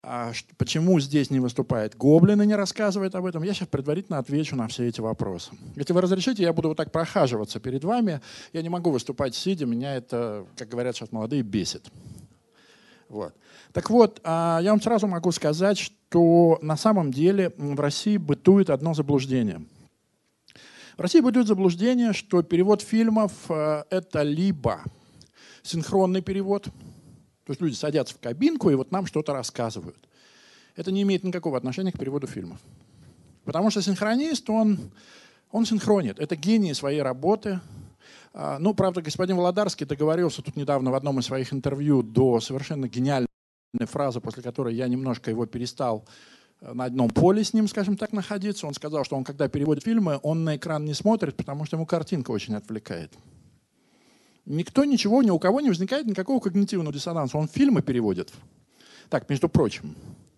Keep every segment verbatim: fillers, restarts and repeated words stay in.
А почему здесь не выступает Гоблин и не рассказывает об этом? Я сейчас предварительно отвечу на все эти вопросы. Если вы разрешите, я буду вот так прохаживаться перед вами. Я не могу выступать сидя, меня это, как говорят сейчас молодые, бесит. Вот. Так вот, я вам сразу могу сказать, что на самом деле в России бытует одно заблуждение. В России бытует заблуждение, что перевод фильмов – это либо синхронный перевод, то есть люди садятся в кабинку и вот нам что-то рассказывают. Это не имеет никакого отношения к переводу фильмов. Потому что синхронист, он, он синхронит. Это гений своей работы. Ну, правда, господин Володарский договорился тут недавно в одном из своих интервью до совершенно гениальной фразы, после которой я немножко его перестал на одном поле с ним, скажем так, находиться. Он сказал, что он, когда переводит фильмы, он на экран не смотрит, потому что ему картинка очень отвлекает. Никто ничего, ни у кого не возникает никакого когнитивного диссонанса. Он фильмы переводит. Так, между прочим.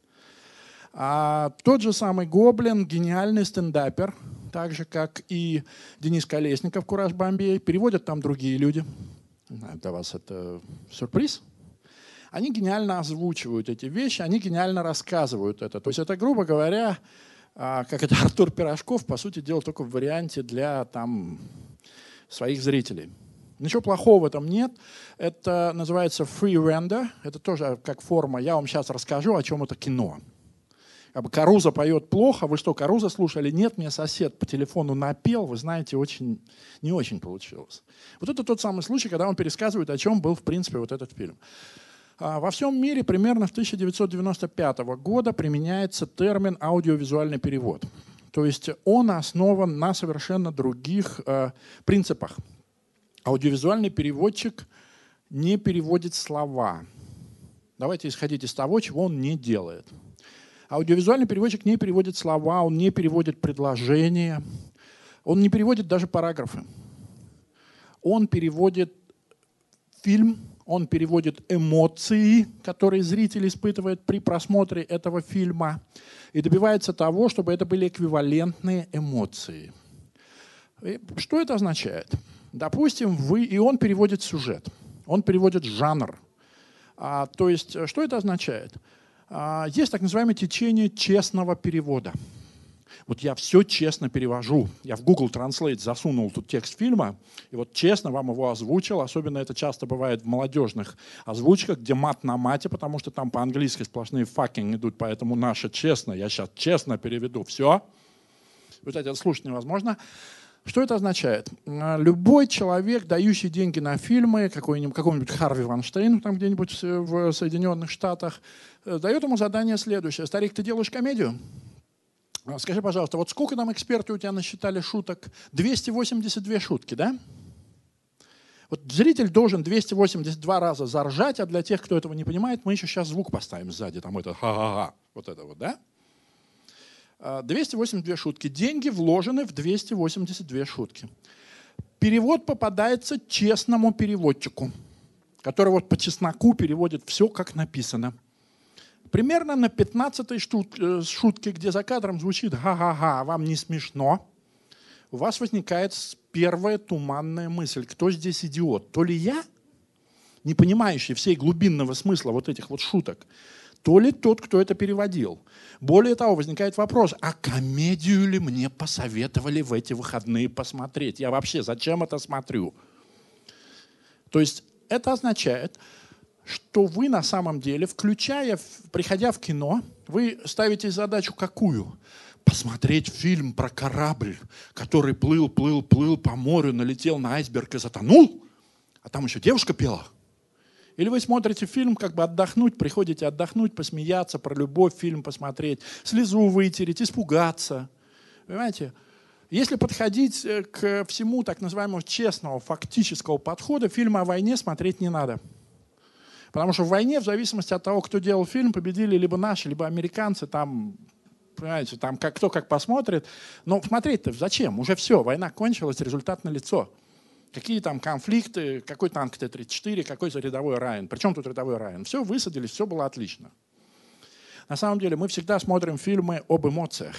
А тот же самый Гоблин, гениальный стендапер, так же, как и Денис Колесников, «Кураж Бомбей», переводят там другие люди. Для вас это сюрприз. Они гениально озвучивают эти вещи, они гениально рассказывают это. То есть это, грубо говоря, как это Артур Пирожков, по сути дела, только в варианте для там, своих зрителей. Ничего плохого в этом нет. Это называется free render. Это тоже как форма. Я вам сейчас расскажу, о чем это кино. Как бы Каруза поет плохо. Вы что, Каруза слушали? Нет, мне сосед по телефону напел. Вы знаете, очень, не очень получилось. Вот это тот самый случай, когда он пересказывает, о чем был, в принципе, вот этот фильм. Во всем мире примерно с тысяча девятьсот девяносто пятого года применяется термин аудиовизуальный перевод. То есть он основан на совершенно других э, принципах. Аудиовизуальный переводчик не переводит слова. Давайте исходить из того, чего он не делает. Аудиовизуальный переводчик не переводит слова, он не переводит предложения, он не переводит даже параграфы. Он переводит фильм, он переводит эмоции, которые зритель испытывает при просмотре этого фильма, и добивается того, чтобы это были эквивалентные эмоции. И что это означает? Допустим, вы, и он переводит сюжет, он переводит жанр. А, то есть, что это означает? А, есть так называемое течение честного перевода. Вот я все честно перевожу. Я в Google Translate засунул тут текст фильма, и вот честно вам его озвучил. Особенно это часто бывает в молодежных озвучках, где мат на мате, потому что там по-английски сплошные fucking идут, поэтому наше честно, я сейчас честно переведу все. Вот это слушать невозможно. Что это означает? Любой человек, дающий деньги на фильмы, какой-нибудь, какому-нибудь Харви Вайнштейну там где-нибудь в Соединенных Штатах, дает ему задание следующее. Старик, ты делаешь комедию? Скажи, пожалуйста, вот сколько там эксперты у тебя насчитали шуток? двести восемьдесят две шутки, да? Вот зритель должен двести восемьдесят два раза заржать, а для тех, кто этого не понимает, мы еще сейчас звук поставим сзади, там это ха-ха-ха, вот это вот, да? двести восемьдесят две шутки. Деньги вложены в двести восемьдесят две шутки. Перевод попадается честному переводчику, который вот по чесноку переводит все, как написано. Примерно на пятнадцатой шутке, где за кадром звучит «ха-ха-ха», вам не смешно, у вас возникает первая туманная мысль. Кто здесь идиот? То ли я, не понимающий всей глубинного смысла вот этих вот шуток, то ли тот, кто это переводил. Более того, возникает вопрос, а комедию ли мне посоветовали в эти выходные посмотреть? Я вообще зачем это смотрю? То есть это означает, что вы на самом деле, включая, приходя в кино, вы ставите задачу какую? Посмотреть фильм про корабль, который плыл, плыл, плыл по морю, налетел на айсберг и затонул, а там еще девушка пела. Или вы смотрите фильм, как бы отдохнуть, приходите отдохнуть, посмеяться, про любовь фильм посмотреть, слезу вытереть, испугаться. Понимаете? Если подходить к всему так называемому честного, фактического подхода, фильмы о войне смотреть не надо. Потому что в войне, в зависимости от того, кто делал фильм, победили либо наши, либо американцы, там, понимаете, там как, кто как посмотрит. Но смотреть-то зачем? Уже все, война кончилась, результат налицо. Какие там конфликты, какой танк Т тридцать четыре, какой рядовой Райан. Причем тут рядовой Райан? Все, высадились, все было отлично. На самом деле мы всегда смотрим фильмы об эмоциях.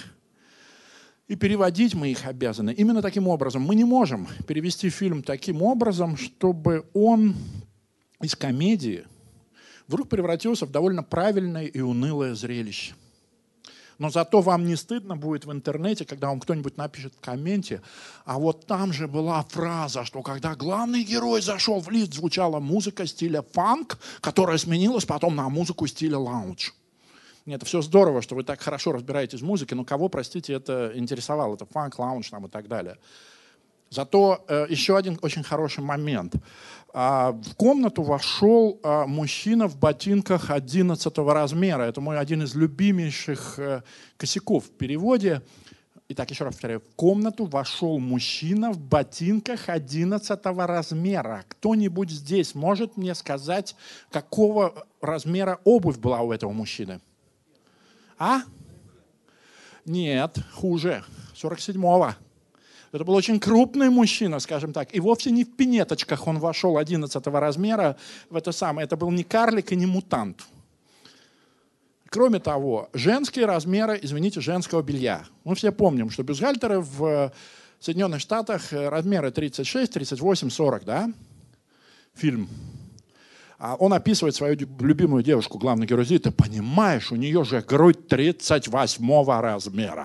И переводить мы их обязаны именно таким образом. Мы не можем перевести фильм таким образом, чтобы он из комедии вдруг превратился в довольно правильное и унылое зрелище. Но зато вам не стыдно будет в интернете, когда вам кто-нибудь напишет в комменте, а вот там же была фраза, что когда главный герой зашел в лифт, звучала музыка стиля фанк, которая сменилась потом на музыку стиля лаунж. Нет, это все здорово, что вы так хорошо разбираетесь в музыке, но кого, простите, это интересовало? Это фанк, лаунж там, и так далее. Зато э, еще один очень хороший момент. А, в комнату вошел а, мужчина в ботинках одиннадцатого размера. Это мой один из любимейших э, косяков в переводе. Итак, еще раз повторяю. В комнату вошел мужчина в ботинках одиннадцатого размера. Кто-нибудь здесь может мне сказать, какого размера обувь была у этого мужчины? А? Нет, хуже. сорок седьмого. Это был очень крупный мужчина, скажем так. И вовсе не в пинеточках он вошел одиннадцатого размера в это самое. Это был не карлик и не мутант. Кроме того, женские размеры, извините, женского белья. Мы все помним, что бюстгальтеры в Соединенных Штатах размеры тридцать шесть, тридцать восемь, сорок, да? Фильм. А он описывает свою любимую девушку, главный герой. Ты понимаешь, у нее же грудь тридцать восьмого размера.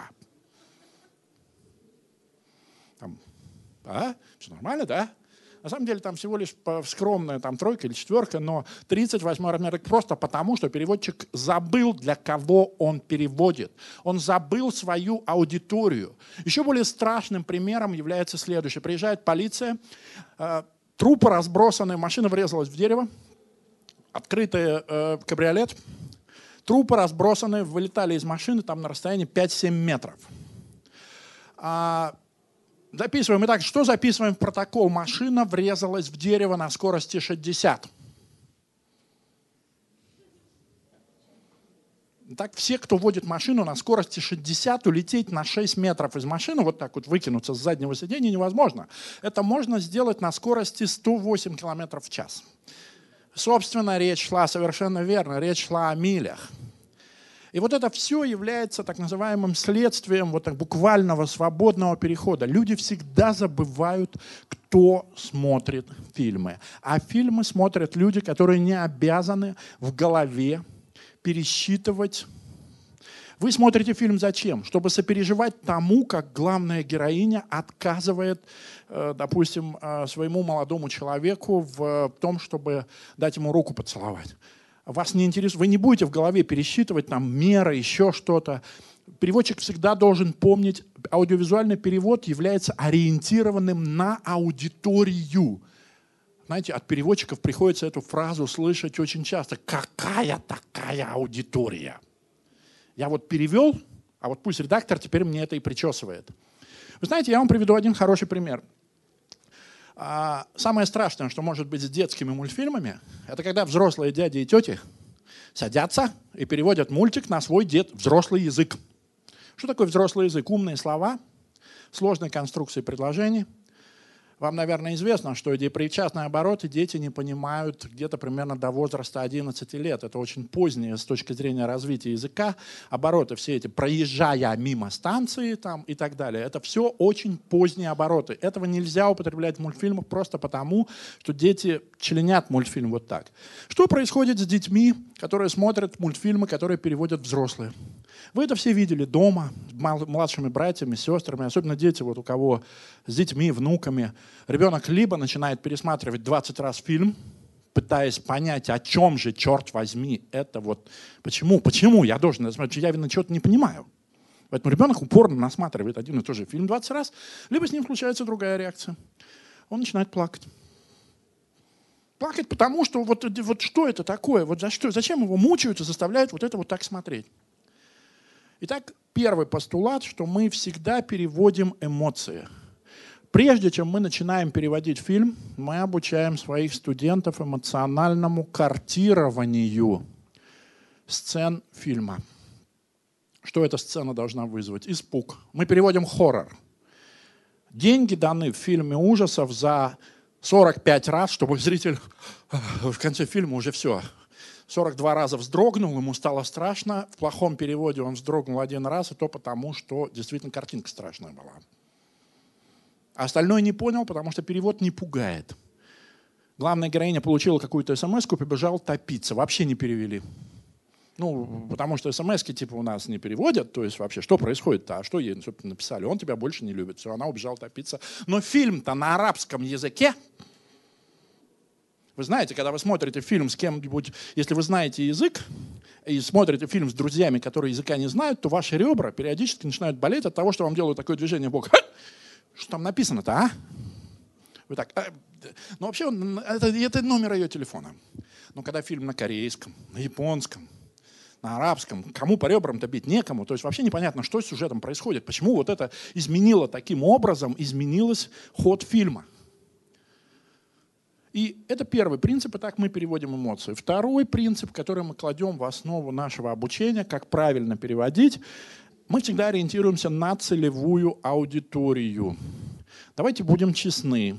Там, а? Все нормально, да? На самом деле там всего лишь скромная там, тройка или четверка, но тридцать восьмой размер просто потому, что переводчик забыл, для кого он переводит. Он забыл свою аудиторию. Еще более страшным примером является следующее. Приезжает полиция, э, трупы разбросаны, машина врезалась в дерево, открытый э, кабриолет, трупы разбросаны, вылетали из машины там на расстоянии пять-семь метров. А, записываем. Итак, что записываем в протокол? Машина врезалась в дерево на скорости шестьдесят. Так, все, кто водит машину на скорости шестьдесят, улететь на шесть метров из машины, вот так вот выкинуться с заднего сиденья невозможно. Это можно сделать на скорости сто восемь километров в час. Собственно, речь шла совершенно верно, речь шла о милях. И вот это все является так называемым следствием вот так буквального свободного перехода. Люди всегда забывают, кто смотрит фильмы. А фильмы смотрят люди, которые не обязаны в голове пересчитывать. Вы смотрите фильм зачем? Чтобы сопереживать тому, как главная героиня отказывает, допустим, своему молодому человеку в том, чтобы дать ему руку поцеловать. Вас не интересует, вы не будете в голове пересчитывать там меры, еще что-то. Переводчик всегда должен помнить, аудиовизуальный перевод является ориентированным на аудиторию. Знаете, от переводчиков приходится эту фразу слышать очень часто. Какая такая аудитория? Я вот перевел, а вот пусть редактор теперь мне это и причесывает. Вы знаете, я вам приведу один хороший пример. А, самое страшное, что может быть с детскими мультфильмами, это когда взрослые дяди и тети садятся и переводят мультик на свой дед, взрослый язык. Что такое взрослый язык? Умные слова, сложные конструкции предложений. Вам, наверное, известно, что причастные обороты дети не понимают где-то примерно до возраста одиннадцати лет. Это очень поздние с точки зрения развития языка. Обороты все эти, проезжая мимо станции там, и так далее. Это все очень поздние обороты. Этого нельзя употреблять в мультфильмах просто потому, что дети членят мультфильм вот так. Что происходит с детьми, которые смотрят мультфильмы, которые переводят взрослые? Вы это все видели дома, с младшими братьями, сестрами, особенно дети, вот у кого с детьми, внуками. Ребенок либо начинает пересматривать двадцать раз фильм, пытаясь понять, о чем же, черт возьми, это вот, почему, почему я должен смотреть, я, видно, чего-то не понимаю. Поэтому ребенок упорно насматривает один и тот же фильм двадцать раз, либо с ним случается другая реакция. Он начинает плакать. Плакать потому, что вот, вот что это такое, вот за что, зачем его мучают и заставляют вот это вот так смотреть. Итак, первый постулат, что мы всегда переводим эмоции. Прежде чем мы начинаем переводить фильм, мы обучаем своих студентов эмоциональному картированию сцен фильма. Что эта сцена должна вызвать? Испуг. Мы переводим хоррор. Деньги даны в фильме ужасов за сорок пять раз, чтобы зритель в конце фильма уже все. сорок два раза вздрогнул, ему стало страшно. В плохом переводе он вздрогнул один раз, и то потому, что действительно картинка страшная была. А остальное не понял, потому что перевод не пугает. Главная героиня получила какую-то смс-ку, побежала топиться. Вообще не перевели. Ну, потому что смс-ки типа у нас не переводят, то есть вообще, что происходит-то, а что ей, собственно, написали? Он тебя больше не любит, все, она убежала топиться. Но фильм-то на арабском языке. Вы знаете, когда вы смотрите фильм с кем-нибудь, если вы знаете язык, и смотрите фильм с друзьями, которые языка не знают, то ваши ребра периодически начинают болеть от того, что вам делают такое движение в бок. Что там написано-то, а? Вы так... Ну, вообще, это, это номер ее телефона. Но когда фильм на корейском, на японском, на арабском, кому по ребрам-то бить? Некому. То есть вообще непонятно, что с сюжетом происходит. Почему вот это изменило таким образом, изменилось ход фильма. И это первый принцип, и так мы переводим эмоции. Второй принцип, который мы кладем в основу нашего обучения, как правильно переводить, мы всегда ориентируемся на целевую аудиторию. Давайте будем честны.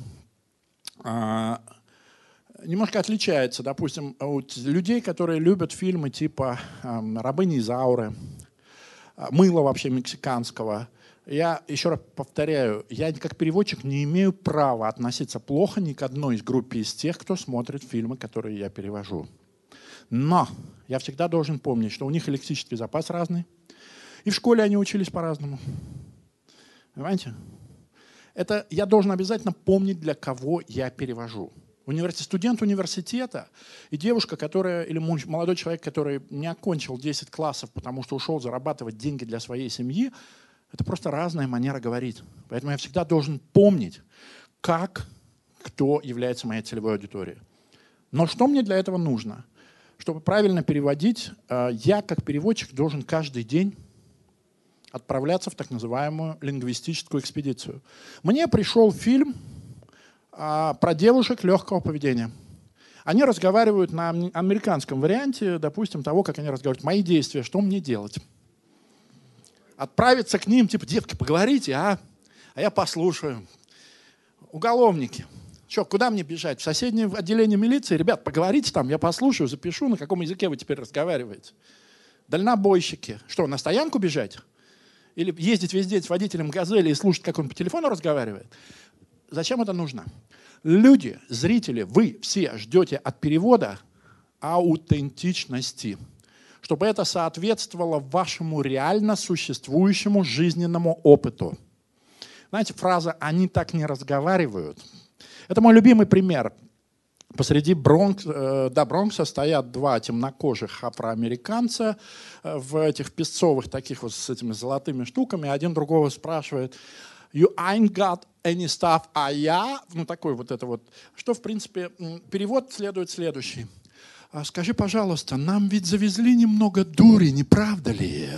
Немножко отличается, допустим, от людей, которые любят фильмы типа «Рабыни Изауры», «Мыло» вообще мексиканского. Я еще раз повторяю, я как переводчик не имею права относиться плохо ни к одной из группы из тех, кто смотрит фильмы, которые я перевожу. Но я всегда должен помнить, что у них лексический запас разный, и в школе они учились по-разному. Понимаете? Это я должен обязательно помнить, для кого я перевожу. Университет, студент университета и девушка, которая, или молодой человек, который не окончил десять классов, потому что ушел зарабатывать деньги для своей семьи, это просто разная манера говорить. Поэтому я всегда должен помнить, как, кто является моей целевой аудиторией. Но что мне для этого нужно? Чтобы правильно переводить, я как переводчик должен каждый день отправляться в так называемую лингвистическую экспедицию. Мне пришел фильм про девушек легкого поведения. Они разговаривают на американском варианте, допустим, того, как они разговаривают. Мои действия, что мне делать? Отправиться к ним, типа, девки, поговорите, а? А я послушаю. Уголовники. Что, куда мне бежать? В соседнее отделение милиции? Ребят, поговорите там, я послушаю, запишу, на каком языке вы теперь разговариваете. Дальнобойщики. Что, на стоянку бежать? Или ездить везде с водителем «Газели» и слушать, как он по телефону разговаривает? Зачем это нужно? Люди, зрители, вы все ждете от перевода аутентичности, чтобы это соответствовало вашему реально существующему жизненному опыту. Знаете, фраза «они так не разговаривают» — это мой любимый пример. Посреди Бронкс, э, до Бронкса стоят два темнокожих афроамериканца в этих песцовых таких вот с этими золотыми штуками. Один другого спрашивает «You ain't got any stuff, а я?» Ну, такой вот это вот. Что, в принципе, перевод следует следующий. «Скажи, пожалуйста, нам ведь завезли немного дури, не правда ли?»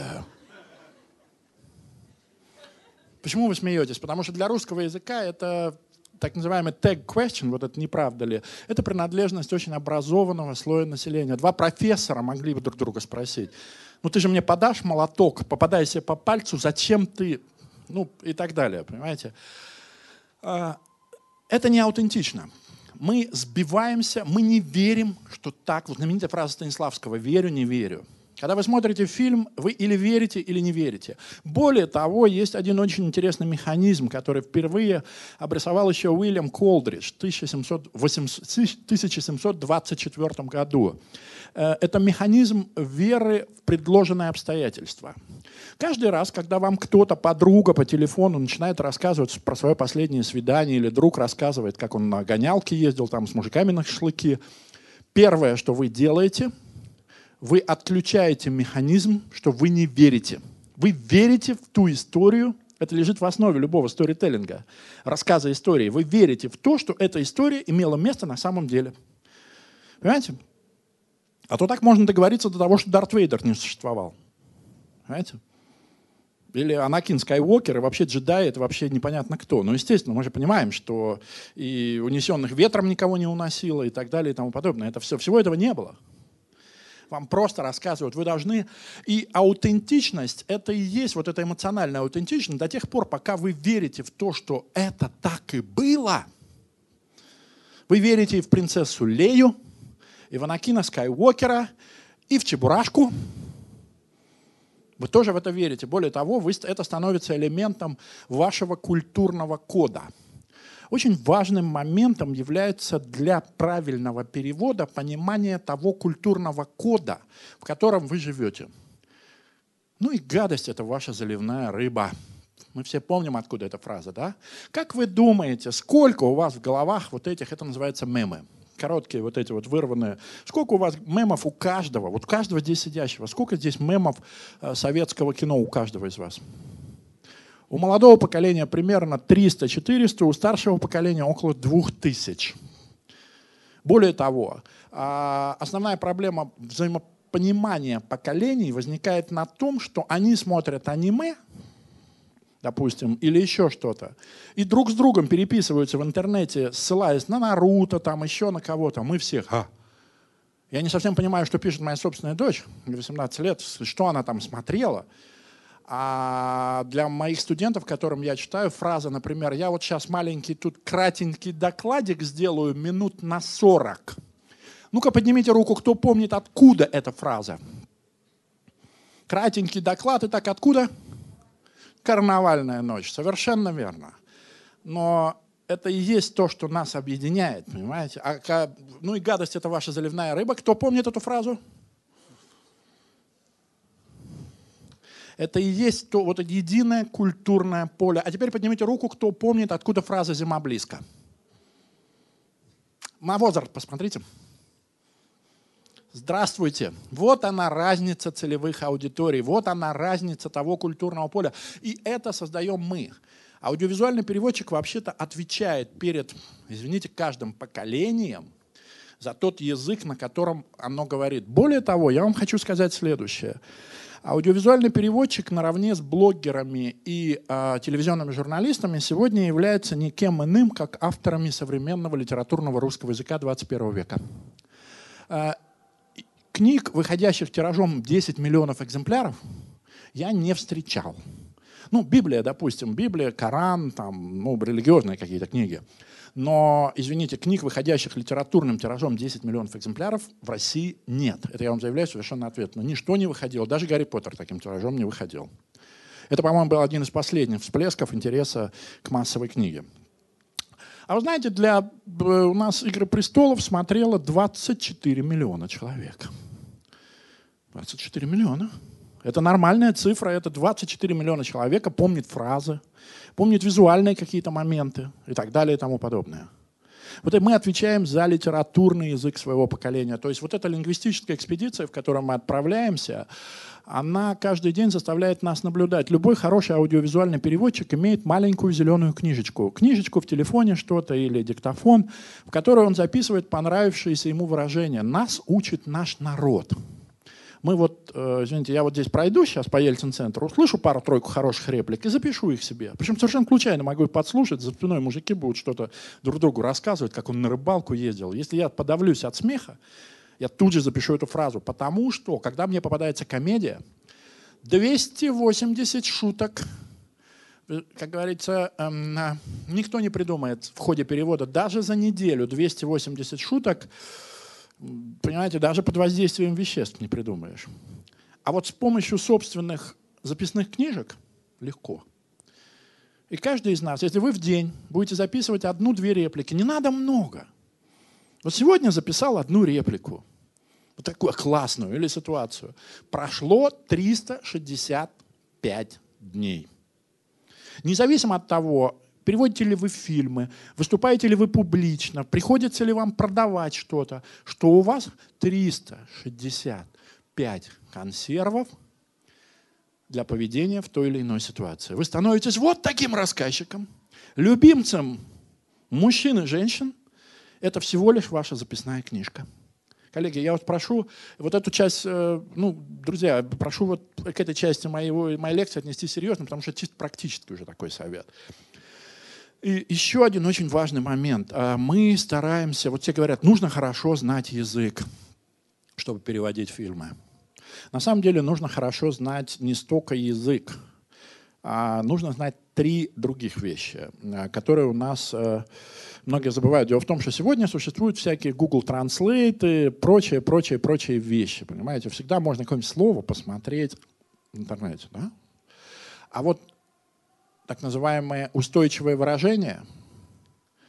Почему вы смеетесь? Потому что для русского языка это так называемый tag question, вот это не правда ли, это принадлежность очень образованного слоя населения. Два профессора могли бы друг друга спросить. Ну ты же мне подашь молоток, попадай себе по пальцу, зачем ты... Ну и так далее, понимаете? Это не аутентично. Мы сбиваемся, мы не верим, что так. Вот знаменитая фраза Станиславского «верю, не верю». Когда вы смотрите фильм, вы или верите, или не верите. Более того, есть один очень интересный механизм, который впервые обрисовал еще Уильям Колдридж в тысяча семьсот двадцать четвёртом году. Это механизм веры в предложенные обстоятельства. Каждый раз, когда вам кто-то, подруга по телефону начинает рассказывать про свое последнее свидание, или друг рассказывает, как он на гонялке ездил там с мужиками на шашлыки, первое, что вы делаете – вы отключаете механизм, что вы не верите. Вы верите в ту историю, это лежит в основе любого сторителлинга, рассказа истории. Вы верите в то, что эта история имела место на самом деле. Понимаете? А то так можно договориться до того, что Дарт Вейдер не существовал. Понимаете? Или Анакин Скайуокер, и вообще джедаи, это вообще непонятно кто. Но, естественно, мы же понимаем, что и унесенных ветром никого не уносило, и так далее, и тому подобное. Это все, всего этого не было. Вам просто рассказывают, вы должны... И аутентичность, это и есть вот эта эмоциональная аутентичность до тех пор, пока вы верите в то, что это так и было. Вы верите и в принцессу Лею, и в Анакина Скайуокера, и в Чебурашку. Вы тоже в это верите. Более того, вы, это становится элементом вашего культурного кода. Очень важным моментом является для правильного перевода понимание того культурного кода, в котором вы живете. Ну и гадость – это ваша заливная рыба. Мы все помним, откуда эта фраза, да? Как вы думаете, сколько у вас в головах вот этих, это называется мемы? Короткие вот эти вот вырванные. Сколько у вас мемов у каждого, вот у каждого здесь сидящего, сколько здесь мемов э, советского кино у каждого из вас? У молодого поколения примерно триста-четыреста, у старшего поколения около двух тысяч. Более того, э, основная проблема взаимопонимания поколений возникает на том, что они смотрят аниме, допустим, или еще что-то, и друг с другом переписываются в интернете, ссылаясь на Наруто, там еще на кого-то. Мы всех. А. Я не совсем понимаю, что пишет моя собственная дочь, восемнадцать лет, что она там смотрела. А для моих студентов, которым я читаю, фраза, например, я вот сейчас маленький тут кратенький докладик сделаю минут на сорок. Ну-ка поднимите руку, кто помнит, откуда эта фраза. Кратенький доклад, и так откуда? Карнавальная ночь, совершенно верно. Но это и есть то, что нас объединяет, понимаете? А, ну и гадость – это ваша заливная рыба. Кто помнит эту фразу? Это и есть то вот единое культурное поле. А теперь поднимите руку, кто помнит, откуда фраза «зима близко». На возраст посмотрите. Здравствуйте. Вот она разница целевых аудиторий, вот она разница того культурного поля. И это создаем мы. Аудиовизуальный переводчик вообще-то отвечает перед, извините, каждым поколением за тот язык, на котором оно говорит. Более того, я вам хочу сказать следующее. Аудиовизуальный переводчик наравне с блогерами и э, телевизионными журналистами сегодня является никем иным, как авторами современного литературного русского языка двадцать первого века. Э, Книг, выходящих тиражом десять миллионов экземпляров, я не встречал. Ну, Библия, допустим, Библия, Коран, там, ну, религиозные какие-то книги. Но, извините, книг, выходящих литературным тиражом десять миллионов экземпляров, в России нет. Это я вам заявляю совершенно ответственно. Ничто не выходило. Даже Гарри Поттер таким тиражом не выходил. Это, по-моему, был один из последних всплесков интереса к массовой книге. А вы знаете, для у нас «Игры престолов» смотрело двадцать четыре миллиона человек. двадцать четыре миллиона. Это нормальная цифра, это двадцать четыре миллиона человека помнит фразы, помнит визуальные какие-то моменты и так далее и тому подобное. Вот и мы отвечаем за литературный язык своего поколения. То есть вот эта лингвистическая экспедиция, в которую мы отправляемся, она каждый день заставляет нас наблюдать. Любой хороший аудиовизуальный переводчик имеет маленькую зеленую книжечку. Книжечку в телефоне что-то или диктофон, в которой он записывает понравившиеся ему выражения. Нас учит наш народ. Мы вот, э, извините, я вот здесь пройду сейчас по Ельцин-центру, услышу пару-тройку хороших реплик и запишу их себе. Причем совершенно случайно могу их подслушать, за спиной мужики будут что-то друг другу рассказывать, как он на рыбалку ездил. Если я подавлюсь от смеха, я тут же запишу эту фразу, потому что, когда мне попадается комедия, двести восемьдесят шуток, как говорится, эм, никто не придумает в ходе перевода, даже за неделю двести восемьдесят шуток, понимаете, даже под воздействием веществ не придумаешь. А вот с помощью собственных записных книжек легко. И каждый из нас, если вы в день будете записывать одну-две реплики, не надо много. Вот сегодня записал одну реплику, вот такую классную или ситуацию. Прошло триста шестьдесят пять дней. Независимо от того, переводите ли вы фильмы, выступаете ли вы публично, приходится ли вам продавать что-то, что у вас триста шестьдесят пять консервов для поведения в той или иной ситуации. Вы становитесь вот таким рассказчиком, любимцем мужчин и женщин. Это всего лишь ваша записная книжка. Коллеги, я вас прошу вот эту часть, ну, друзья, прошу вот к этой части моего, моей лекции отнести серьезно, потому что это чисто практически уже такой совет. И еще один очень важный момент. Мы стараемся, вот все говорят, нужно хорошо знать язык, чтобы переводить фильмы. На самом деле нужно хорошо знать не столько язык, а нужно знать три других вещи, которые у нас многие забывают. Дело в том, что сегодня существуют всякие Google Translate, прочие, прочие, прочие вещи. Понимаете, всегда можно какое-нибудь слово посмотреть в интернете. Да? А вот так называемые устойчивые выражения,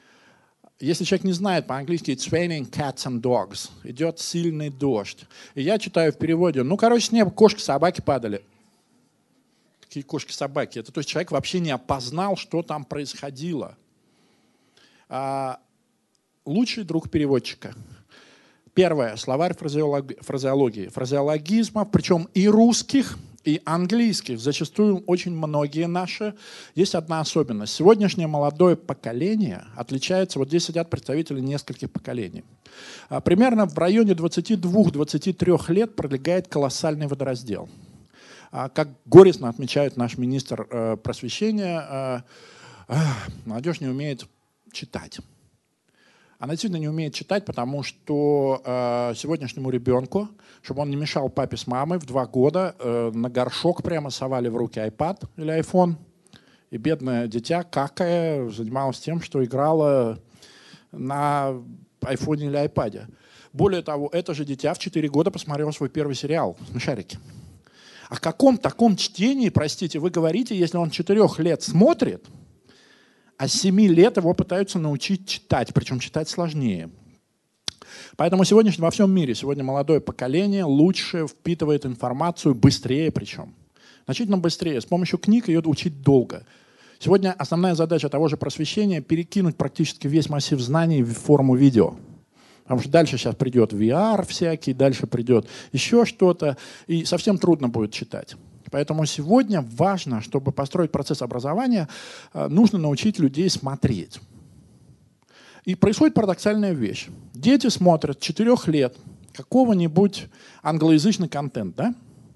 если человек не знает по-английски it's raining cats and dogs, идет сильный дождь. И я читаю в переводе, ну, короче, с неба кошки, собаки падали. Какие кошки-собаки? Это то есть человек вообще не опознал, что там происходило. А, лучший друг переводчика. Первое. Словарь фразеологии, фразеологии. Фразеологизмов, причем и русских, и английских. Зачастую очень многие наши. Есть одна особенность. Сегодняшнее молодое поколение отличается... Вот здесь сидят представители нескольких поколений. А, примерно в районе двадцати двух — двадцати трёх лет пролегает колоссальный водораздел. Как горестно отмечает наш министр э, просвещения, э, э, молодежь не умеет читать. Она действительно не умеет читать, потому что э, сегодняшнему ребенку, чтобы он не мешал папе с мамой, в два года э, на горшок прямо совали в руки iPad или iPhone. И бедное дитя, какая, занималось тем, что играло на iPhone или iPad. Более того, это же дитя в четыре года посмотрело свой первый сериал «Смешарики». О каком таком чтении, простите, вы говорите, если он четырех лет смотрит, а с семи лет его пытаются научить читать, причем читать сложнее. Поэтому сегодня во всем мире, сегодня молодое поколение лучше впитывает информацию, быстрее причем. Значительно быстрее. С помощью книг ее учить долго. Сегодня основная задача того же просвещения — перекинуть практически весь массив знаний в форму видео. Потому что дальше сейчас придет ви ар всякий, дальше придет еще что-то, и совсем трудно будет читать. Поэтому сегодня важно, чтобы построить процесс образования, нужно научить людей смотреть. И происходит парадоксальная вещь. Дети смотрят с четырёх лет какого-нибудь англоязычный контент, да?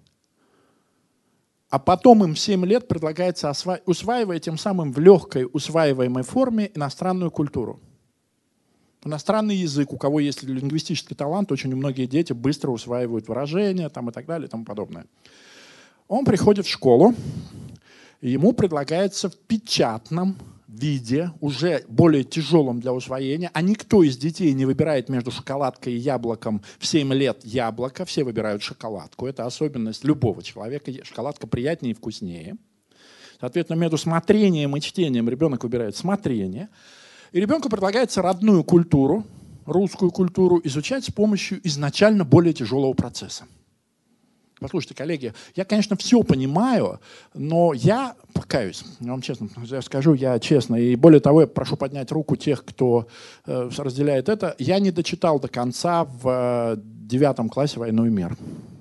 А потом им в семь лет предлагается, осва... усваивая тем самым в легкой усваиваемой форме иностранную культуру. Иностранный язык, у кого есть лингвистический талант, очень многие дети быстро усваивают выражения там, и так далее и тому подобное. Он приходит в школу, и ему предлагается в печатном виде, уже более тяжелом для усвоения, а никто из детей не выбирает между шоколадкой и яблоком в семь лет яблоко, все выбирают шоколадку. Это особенность любого человека. Шоколадка приятнее и вкуснее. Соответственно, между смотрением и чтением ребенок выбирает смотрение. И ребенку предлагается родную культуру, русскую культуру, изучать с помощью изначально более тяжелого процесса. Послушайте, коллеги, я, конечно, все понимаю, но я покаюсь, я вам честно я скажу, я честно, и более того, я прошу поднять руку тех, кто э, разделяет это, я не дочитал до конца в э, девятом классе «Войну и мир».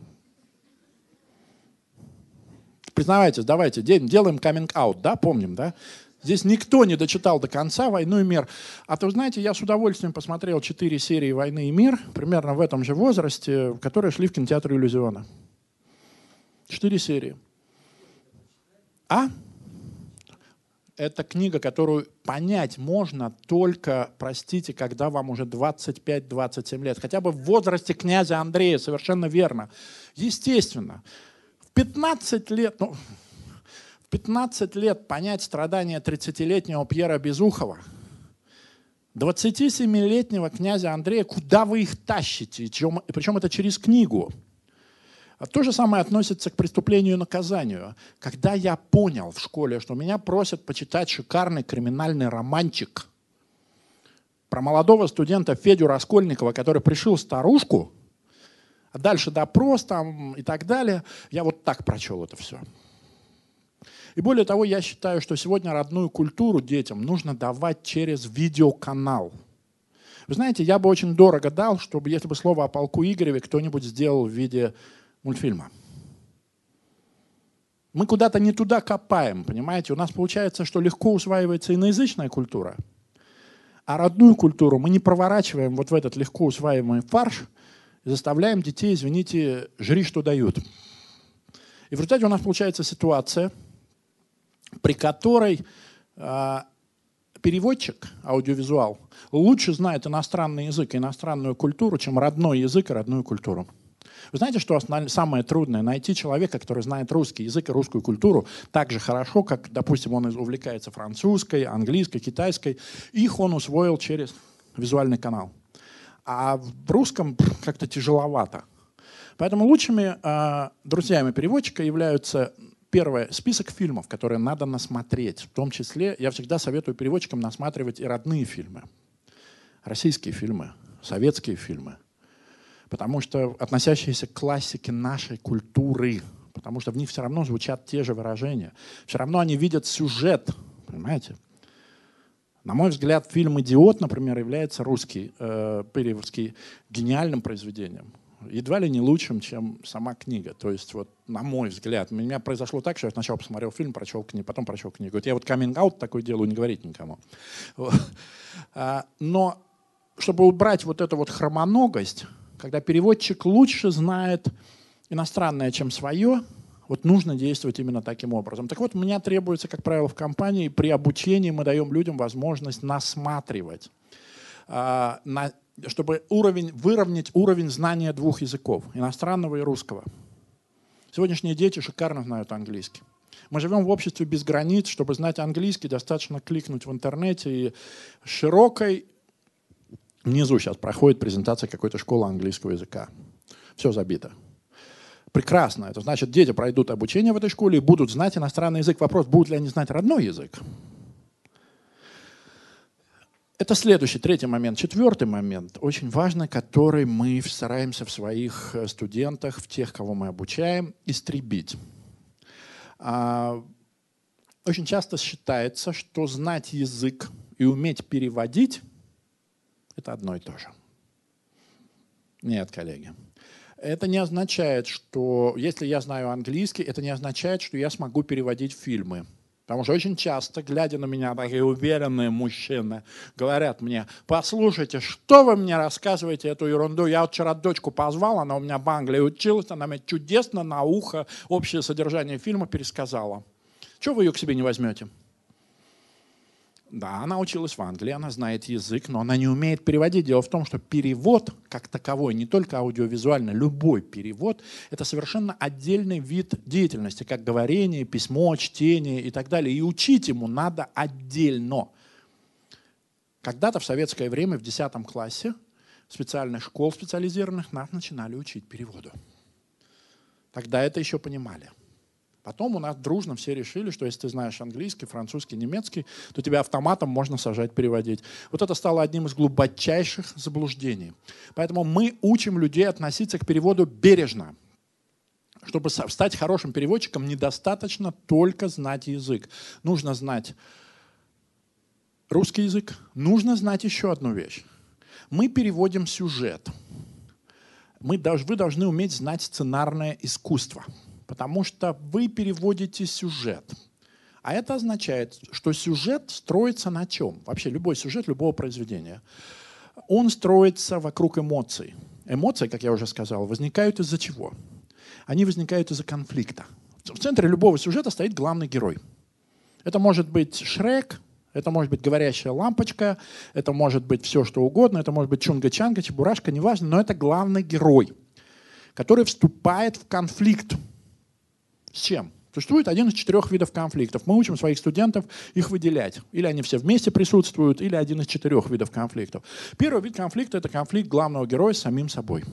Признавайтесь, давайте, делаем каминг-аут, да, помним, да? Здесь никто не дочитал до конца «Войну и мир». А то, знаете, я с удовольствием посмотрел четыре серии «Войны и мир», примерно в этом же возрасте, которые шли в кинотеатре «Иллюзиона». Четыре серии. А? Это книга, которую понять можно только, простите, когда вам уже двадцать пять — двадцать семь лет. Хотя бы в возрасте князя Андрея, совершенно верно. Естественно. В пятнадцать лет... Ну, пятнадцать лет понять страдания тридцатилетнего Пьера Безухова, двадцатисемилетнего князя Андрея, куда вы их тащите, причем это через книгу. А то же самое относится к преступлению и наказанию. Когда я понял в школе, что меня просят почитать шикарный криминальный романчик про молодого студента Федю Раскольникова, который пришил старушку, а дальше допрос там и так далее, я вот так прочел это все. И более того, я считаю, что сегодня родную культуру детям нужно давать через видеоканал. Вы знаете, я бы очень дорого дал, чтобы, если бы слово о полку Игореве кто-нибудь сделал в виде мультфильма. Мы куда-то не туда копаем, понимаете? У нас получается, что легко усваивается иноязычная культура, а родную культуру мы не проворачиваем вот в этот легко усваиваемый фарш и заставляем детей, извините, жри, что дают. И в результате у нас получается ситуация, при которой э, переводчик, аудиовизуал, лучше знает иностранный язык и иностранную культуру, чем родной язык и родную культуру. Вы знаете, что самое трудное? Найти человека, который знает русский язык и русскую культуру так же хорошо, как, допустим, он увлекается французской, английской, китайской. Их он усвоил через визуальный канал. А в русском как-то тяжеловато. Поэтому лучшими э, друзьями переводчика являются... Первое, список фильмов, которые надо насмотреть. В том числе я всегда советую переводчикам насматривать и родные фильмы. Российские фильмы, советские фильмы. Потому что относящиеся к классике нашей культуры, потому что в них все равно звучат те же выражения. Все равно они видят сюжет, понимаете? На мой взгляд, фильм «Идиот», например, является русский, э, переводский гениальным произведением. Едва ли не лучшим, чем сама книга. То есть, вот, на мой взгляд, у меня произошло так, что я сначала посмотрел фильм, прочел книгу, потом прочел книгу. Вот я вот каминг-аут такой делаю, не говорить никому. Но чтобы убрать вот эту вот хромоногость, когда переводчик лучше знает иностранное, чем свое, вот нужно действовать именно таким образом. Так вот, у меня требуется, как правило, в компании, при обучении мы даем людям возможность насматривать, а, на, чтобы уровень, выровнять уровень знания двух языков, иностранного и русского. Сегодняшние дети шикарно знают английский. Мы живем в обществе без границ. Чтобы знать английский, достаточно кликнуть в интернете, и широкой внизу сейчас проходит презентация какой-то школы английского языка. Все забито. Прекрасно. Это значит, дети пройдут обучение в этой школе и будут знать иностранный язык. Вопрос, будут ли они знать родной язык? Это следующий, третий момент. Четвертый момент, очень важный, который мы стараемся в своих студентах, в тех, кого мы обучаем, истребить. Очень часто считается, что знать язык и уметь переводить – это одно и то же. Нет, коллеги. Это не означает, что если я знаю английский, это не означает, что я смогу переводить фильмы. Потому что очень часто, глядя на меня, такие уверенные мужчины говорят мне: послушайте, что вы мне рассказываете эту ерунду? Я вчера дочку позвал, она у меня в Англии училась, она мне чудесно на ухо общее содержание фильма пересказала. Чего вы ее к себе не возьмете? Да, она училась в Англии, она знает язык, но она не умеет переводить. Дело в том, что перевод как таковой, не только аудиовизуально, любой перевод – это совершенно отдельный вид деятельности, как говорение, письмо, чтение и так далее. И учить ему надо отдельно. Когда-то в советское время, в десятом классе, специальных школ специализированных нас начинали учить переводу. Тогда это еще понимали. Потом у нас дружно все решили, что если ты знаешь английский, французский, немецкий, то тебя автоматом можно сажать переводить. Вот это стало одним из глубочайших заблуждений. Поэтому мы учим людей относиться к переводу бережно. Чтобы стать хорошим переводчиком, недостаточно только знать язык. Нужно знать русский язык, нужно знать еще одну вещь. Мы переводим сюжет. Мы, вы должны уметь знать сценарное искусство. Потому что вы переводите сюжет. А это означает, что сюжет строится на чем? Вообще любой сюжет любого произведения. Он строится вокруг эмоций. Эмоции, как я уже сказал, возникают из-за чего? Они возникают из-за конфликта. В центре любого сюжета стоит главный герой. Это может быть Шрек, это может быть говорящая лампочка, это может быть все, что угодно, это может быть Чунга-Чанга, Чебурашка, неважно, но это главный герой, который вступает в конфликт. С чем? Существует один из четырех видов конфликтов. Мы учим своих студентов их выделять. Или они все вместе присутствуют, или один из четырех видов конфликтов. Первый вид конфликта – это конфликт главного героя с самим собой.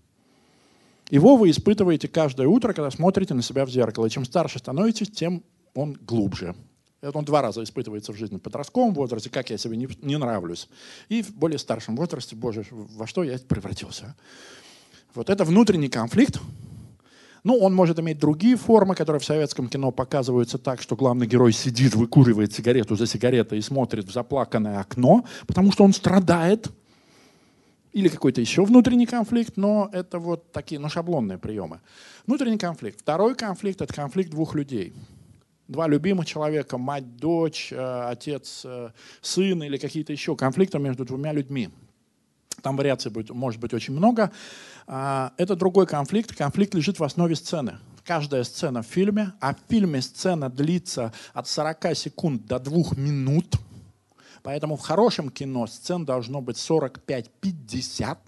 Его вы испытываете каждое утро, когда смотрите на себя в зеркало. И чем старше становитесь, тем он глубже. Это он два раза испытывается в жизни: в подростковом возрасте, как я себе не, не нравлюсь, и в более старшем возрасте, боже, во что я превратился. Вот это внутренний конфликт. Ну, он может иметь другие формы, которые в советском кино показываются так, что главный герой сидит, выкуривает сигарету за сигаретой и смотрит в заплаканное окно, потому что он страдает. Или какой-то еще внутренний конфликт, но это вот такие, ну, шаблонные приемы. Внутренний конфликт. Второй конфликт – это конфликт двух людей. Два любимых человека, мать, дочь, отец, сын или какие-то еще конфликты между двумя людьми. Там вариаций будет, может быть очень много. Это другой конфликт. Конфликт лежит в основе сцены. Каждая сцена в фильме, а в фильме сцена длится от сорока секунд до двух минут. Поэтому в хорошем кино сцен должно быть сорок пять - пятьдесят.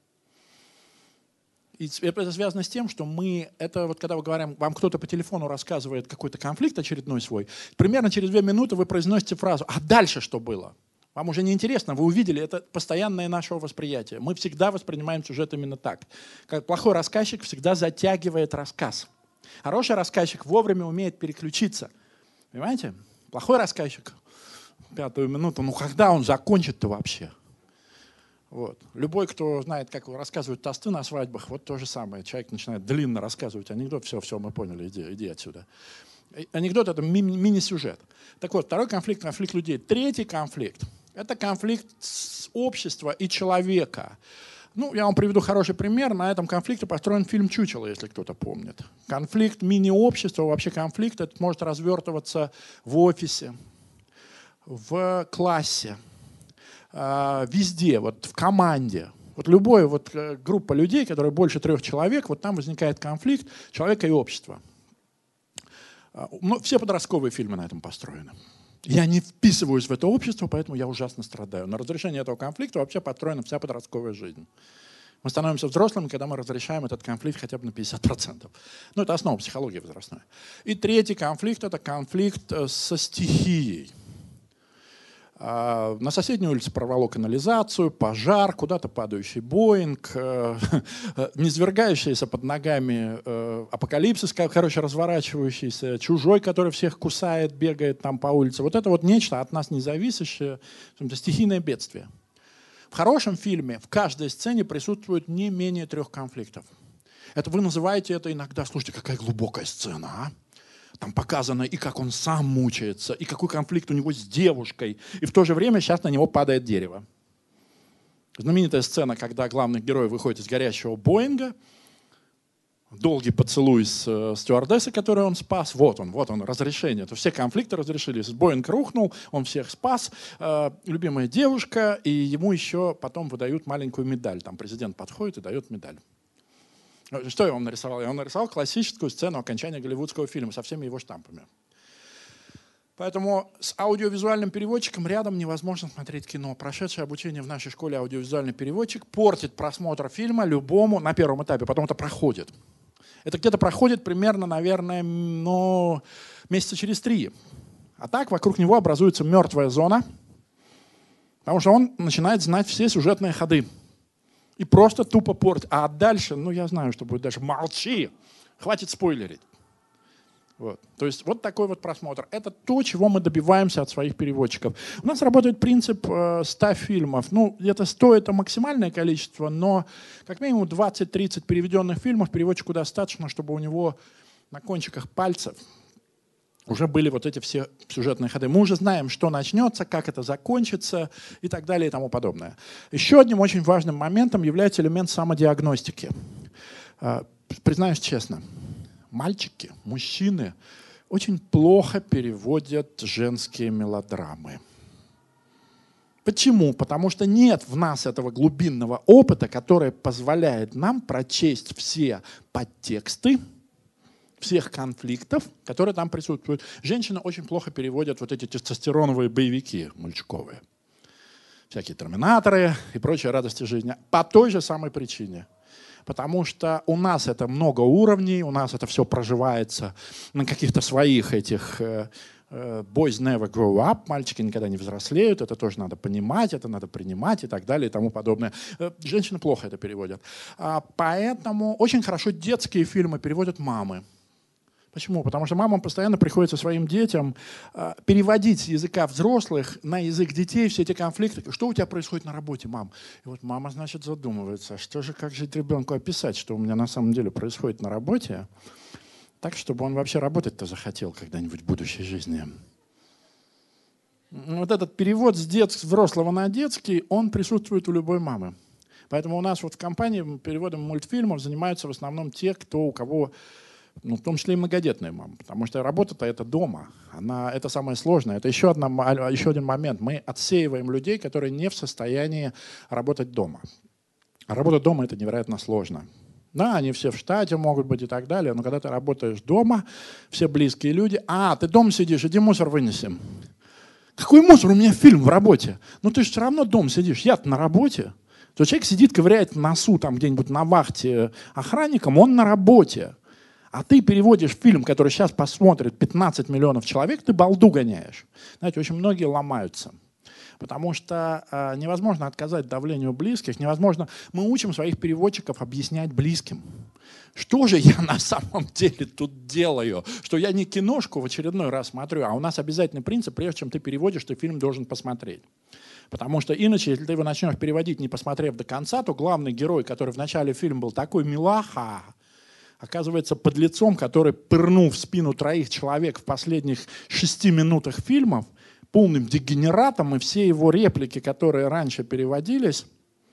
И это связано с тем, что мы, это вот когда мы говорим, вам кто-то по телефону рассказывает какой-то конфликт очередной свой, примерно через две минуты вы произносите фразу: а дальше что было? Вам уже не интересно, вы увидели, это постоянное наше восприятие. Мы всегда воспринимаем сюжет именно так. Как плохой рассказчик всегда затягивает рассказ. Хороший рассказчик вовремя умеет переключиться. Понимаете? Плохой рассказчик, пятую минуту, ну когда он закончит-то вообще? Вот. Любой, кто знает, как рассказывают тосты на свадьбах, вот то же самое. Человек начинает длинно рассказывать анекдот, все, все, мы поняли, иди, иди отсюда. Анекдот — это ми- мини-сюжет. Так вот, второй конфликт — конфликт людей. Третий конфликт — это конфликт общества и человека. Ну, я вам приведу хороший пример. На этом конфликте построен фильм «Чучело», если кто-то помнит. Конфликт мини-общества, вообще конфликт этот может развертываться в офисе, в классе, везде, вот в команде. Вот любая вот группа людей, которая больше трех человек, вот там возникает конфликт человека и общества. Ну, все подростковые фильмы на этом построены. Я не вписываюсь в это общество, поэтому я ужасно страдаю. На разрешение этого конфликта вообще построена вся подростковая жизнь. Мы становимся взрослыми, когда мы разрешаем этот конфликт хотя бы на пятьдесят процентов. Ну, это основа психологии возрастной. И третий конфликт — это конфликт со стихией. На соседней улице прорвало канализацию, пожар, куда-то падающий Боинг, низвергающийся под ногами апокалипсис, короче, разворачивающийся, чужой, который всех кусает, бегает там по улице. Вот это вот нечто от нас независящее, стихийное бедствие. В хорошем фильме в каждой сцене присутствует не менее трех конфликтов. Это вы называете это иногда, слушайте, какая глубокая сцена, а? Там показано и как он сам мучается, и какой конфликт у него с девушкой. И в то же время сейчас на него падает дерево. Знаменитая сцена, когда главный герой выходит из горящего Боинга, долгий поцелуй с э, стюардессой, которую он спас. Вот он, вот он, разрешение. То все конфликты разрешились. Боинг рухнул, он всех спас. Э, любимая девушка, и ему еще потом выдают маленькую медаль. Там президент подходит и дает медаль. Что я вам нарисовал? Я вам нарисовал классическую сцену окончания голливудского фильма со всеми его штампами. Поэтому с аудиовизуальным переводчиком рядом невозможно смотреть кино. Прошедшее обучение в нашей школе аудиовизуальный переводчик портит просмотр фильма любому на первом этапе, потом это проходит. Это где-то проходит примерно, наверное, ну, месяца через три. А так вокруг него образуется мертвая зона, потому что он начинает знать все сюжетные ходы. И просто тупо портит. А дальше, ну я знаю, что будет дальше. Молчи! Хватит спойлерить. Вот. То есть вот такой вот просмотр. Это то, чего мы добиваемся от своих переводчиков. У нас работает принцип э, ста фильмов. Ну, это сто — это максимальное количество, но как минимум двадцать-тридцать переведенных фильмов переводчику достаточно, чтобы у него на кончиках пальцев уже были вот эти все сюжетные ходы. Мы уже знаем, что начнется, как это закончится и так далее и тому подобное. Еще одним очень важным моментом является элемент самодиагностики. Признаюсь честно, мальчики, мужчины очень плохо переводят женские мелодрамы. Почему? Потому что нет в нас этого глубинного опыта, который позволяет нам прочесть все подтексты всех конфликтов, которые там присутствуют. Женщины очень плохо переводят вот эти тестостероновые боевики мальчиковые. Всякие терминаторы и прочие радости жизни. По той же самой причине. Потому что у нас это много уровней, у нас это все проживается на каких-то своих этих э, э, boys never grow up, мальчики никогда не взрослеют, это тоже надо понимать, это надо принимать и так далее и тому подобное. Э, женщины плохо это переводят. А, поэтому очень хорошо детские фильмы переводят мамы. Почему? Потому что мамам постоянно приходится своим детям э, переводить с языка взрослых на язык детей все эти конфликты. Что у тебя происходит на работе, мам? И вот мама, значит, задумывается, что же, как же ребенку описать, что у меня на самом деле происходит на работе, так, чтобы он вообще работать-то захотел когда-нибудь в будущей жизни. Вот этот перевод с дет... взрослого на детский, он присутствует у любой мамы. Поэтому у нас вот в компании переводом мультфильмов занимаются в основном те, кто, у кого... Ну, в том числе и многодетные мамы, потому что работа-то это дома, она, это самое сложное. Это еще, одна, еще один момент. Мы отсеиваем людей, которые не в состоянии работать дома. А работа дома — это невероятно сложно. Да, они все в штате могут быть и так далее, но когда ты работаешь дома, все близкие люди, а, ты дома сидишь, иди мусор вынесем. Какой мусор? У меня фильм в работе. Ну ты же все равно дома сидишь, я-то на работе. То человек сидит, ковыряет в носу там где-нибудь на вахте охранником, он на работе. А ты переводишь фильм, который сейчас посмотрит пятнадцать миллионов человек, ты балду гоняешь. Знаете, очень многие ломаются. Потому что э, невозможно отказать давлению близких, невозможно. Мы учим своих переводчиков объяснять близким. Что же я на самом деле тут делаю? Что я не киношку в очередной раз смотрю, а у нас обязательный принцип, прежде чем ты переводишь, ты фильм должен посмотреть. Потому что иначе, если ты его начнешь переводить, не посмотрев до конца, то главный герой, который в начале фильма был такой милаха, оказывается подлецом, который пырнул в спину троих человек в последних шести минутах фильмов, полным дегенератом, и все его реплики, которые раньше переводились,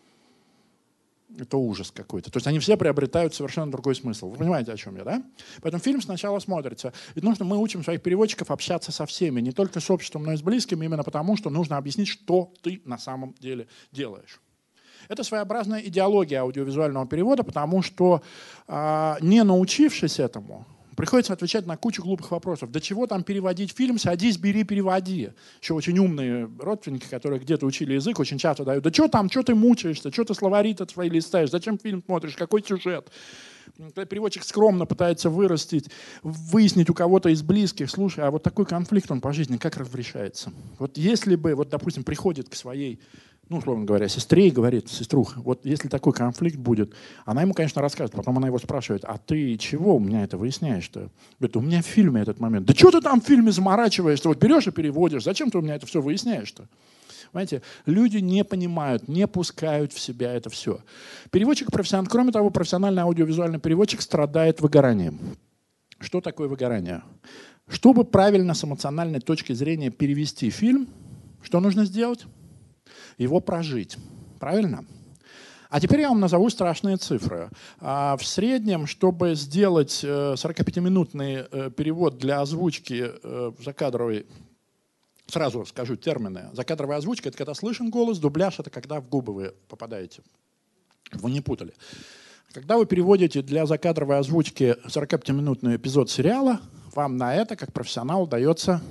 это ужас какой-то. То есть они все приобретают совершенно другой смысл. Вы понимаете, о чем я, да? Поэтому фильм сначала смотрится. И нужно, мы учим своих переводчиков общаться со всеми, не только с обществом, но и с близкими, именно потому, что нужно объяснить, что ты на самом деле делаешь. Это своеобразная идеология аудиовизуального перевода, потому что, э, не научившись этому, приходится отвечать на кучу глупых вопросов. Да чего там переводить фильм? Садись, бери, переводи. Еще очень умные родственники, которые где-то учили язык, очень часто дают. Да что там, что ты мучаешься, что ты словари-то свои листаешь, зачем фильм смотришь, какой сюжет? Когда переводчик скромно пытается вырастить, выяснить у кого-то из близких, слушай, а вот такой конфликт, он по жизни как разрешается? Вот если бы, вот, допустим, приходит к своей, ну, условно говоря, сестре и говорит: сеструха, вот если такой конфликт будет, она ему, конечно, расскажет, потом она его спрашивает: а ты чего у меня это выясняешь-то? Говорит: у меня в фильме этот момент. Да что ты там в фильме заморачиваешься? Вот берешь и переводишь, зачем ты у меня это все выясняешь-то? Понимаете, люди не понимают, не пускают в себя это все. Переводчик профессиональный, кроме того, профессиональный аудиовизуальный переводчик страдает выгоранием. Что такое выгорание? Чтобы правильно с эмоциональной точки зрения перевести фильм, что нужно сделать? Его прожить. Правильно? А теперь я вам назову страшные цифры. В среднем, чтобы сделать сорокапятиминутный перевод для озвучки закадровой, сразу скажу термины. Закадровая озвучка — это когда слышен голос, дубляж — это когда в губы вы попадаете. Вы не путали. Когда вы переводите для закадровой озвучки сорокапятиминутный эпизод сериала, вам на это, как профессионалу, дается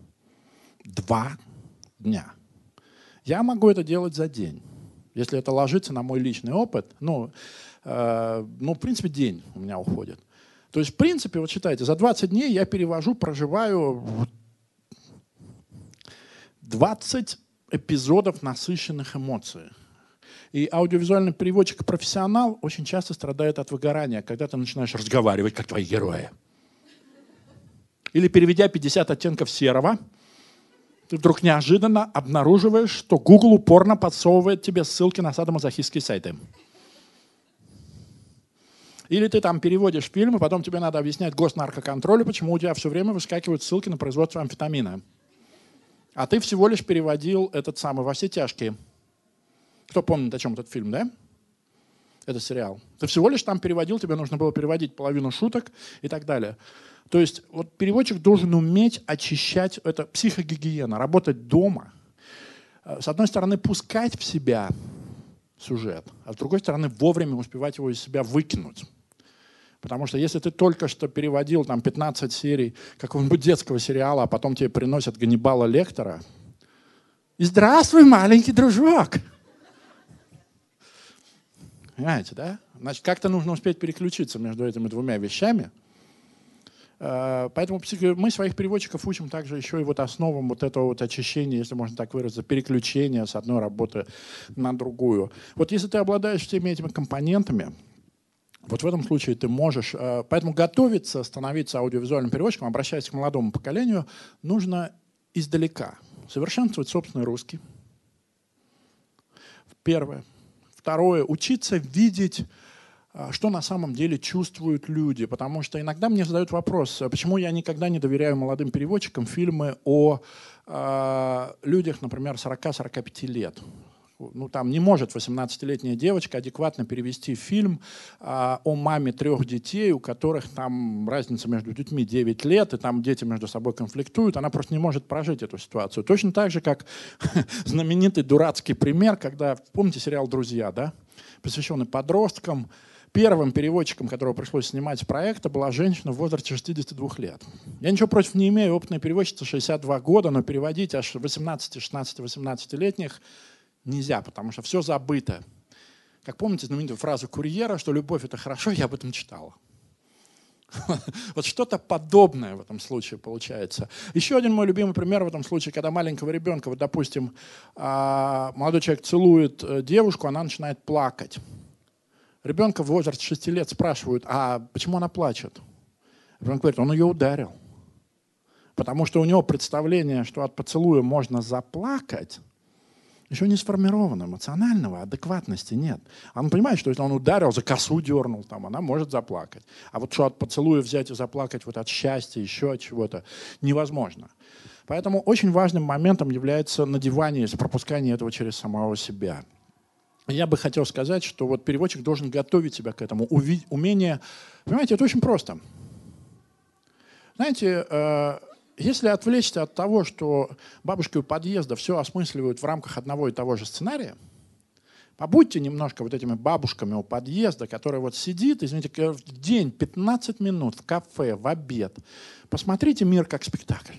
два дня. Я могу это делать за день. Если это ложится на мой личный опыт, ну, э, ну, в принципе, день у меня уходит. То есть, в принципе, вот считайте, за двадцать дней я перевожу, проживаю двадцать эпизодов насыщенных эмоций. И аудиовизуальный переводчик-профессионал очень часто страдает от выгорания, когда ты начинаешь разговаривать, как твои герои. Или, переведя пятьдесят оттенков серого, ты вдруг неожиданно обнаруживаешь, что Google упорно подсовывает тебе ссылки на садомазохистские сайты. Или ты там переводишь фильм, и потом тебе надо объяснять госнаркоконтролю, почему у тебя все время выскакивают ссылки на производство амфетамина. А ты всего лишь переводил этот самый «Во все тяжкие». Кто помнит, о чем этот фильм, да? Это сериал. Ты всего лишь там переводил, тебе нужно было переводить половину шуток и так далее. То есть вот переводчик должен уметь очищать, это психогигиена, работать дома. С одной стороны, пускать в себя сюжет, а с другой стороны, вовремя успевать его из себя выкинуть. Потому что если ты только что переводил там пятнадцать серий какого-нибудь детского сериала, а потом тебе приносят Ганнибала Лектора, и здравствуй, маленький дружок. Понимаете, да? Значит, как-то нужно успеть переключиться между этими двумя вещами. Поэтому мы своих переводчиков учим также еще и вот основам вот этого вот очищения, если можно так выразиться, переключения с одной работы на другую. Вот если ты обладаешь всеми этими компонентами, вот в этом случае ты можешь... Поэтому готовиться, становиться аудиовизуальным переводчиком, обращаясь к молодому поколению, нужно издалека. Совершенствовать собственный русский. Первое. Второе. Учиться видеть, что на самом деле чувствуют люди. Потому что иногда мне задают вопрос, почему я никогда не доверяю молодым переводчикам фильмы о э, людях, например, сорока-сорока пяти лет. Ну, там не может восемнадцатилетняя девочка адекватно перевести фильм а, о маме трех детей, у которых там разница между детьми девять лет, и там дети между собой конфликтуют. Она просто не может прожить эту ситуацию. Точно так же, как знаменитый дурацкий пример, когда, помните сериал «Друзья», да? Посвященный подросткам. Первым переводчиком, которого пришлось снимать проекта, была женщина в возрасте шестидесяти двух лет. Я ничего против не имею, опытная переводчица, шестьдесят два года, но переводить аж восемнадцати, шестнадцати, восемнадцатилетних нельзя, потому что все забыто. Как помните знаменитую фразу Курьера, что любовь — это хорошо, я об этом читал. Вот что-то подобное в этом случае получается. Еще один мой любимый пример в этом случае, когда маленького ребенка, вот, допустим, молодой человек целует девушку, она начинает плакать. Ребенка в возрасте шести лет спрашивают, а почему она плачет? Ребенок говорит, он ее ударил. Потому что у него представление, что от поцелуя можно заплакать, еще не сформировано, эмоционального адекватности нет. Он понимает, что если он ударил, за косу дернул, там, она может заплакать. А вот что от поцелуя взять и заплакать вот от счастья, еще от чего-то, невозможно. Поэтому очень важным моментом является надевание, пропускание этого через самого себя. Я бы хотел сказать, что вот переводчик должен готовить себя к этому. Умение, понимаете, это очень просто. Знаете, если отвлечься от того, что бабушки у подъезда все осмысливают в рамках одного и того же сценария, побудьте немножко вот этими бабушками у подъезда, которые вот сидит, извините, в день пятнадцать минут в кафе, в обед. Посмотрите мир как спектакль.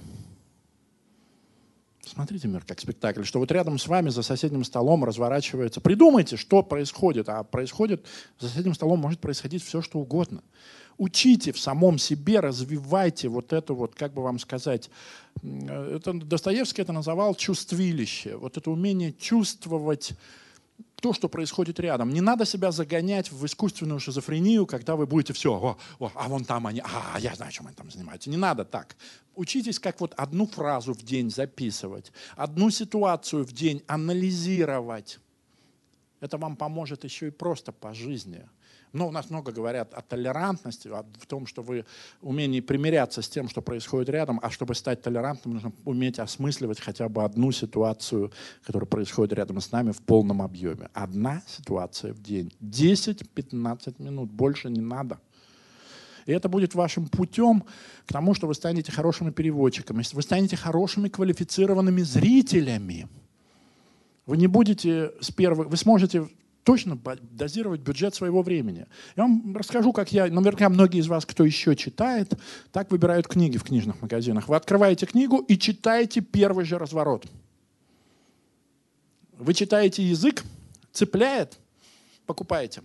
Смотрите мир как спектакль, что вот рядом с вами за соседним столом разворачивается. Придумайте, что происходит, а происходит за соседним столом может происходить все, что угодно. Учите в самом себе, развивайте вот это вот, как бы вам сказать, это Достоевский это называл чувствилище, вот это умение чувствовать то, что происходит рядом. Не надо себя загонять в искусственную шизофрению, когда вы будете все, о, о, а вон там они, а, я знаю, чем они там занимаются. Не надо так. Учитесь, как вот одну фразу в день записывать, одну ситуацию в день анализировать. Это вам поможет еще и просто по жизни. Но у нас много говорят о толерантности, о том, что вы умении примиряться с тем, что происходит рядом, а чтобы стать толерантным, нужно уметь осмысливать хотя бы одну ситуацию, которая происходит рядом с нами в полном объеме. Одна ситуация в день. десять-пятнадцать минут, больше не надо. И это будет вашим путем к тому, что вы станете хорошими переводчиками, вы станете хорошими квалифицированными зрителями. Вы не будете с первых, вы сможете точно дозировать бюджет своего времени. Я вам расскажу, как я, наверняка многие из вас, кто еще читает, так выбирают книги в книжных магазинах. Вы открываете книгу и читаете первый же разворот. Вы читаете язык, цепляет, покупаете.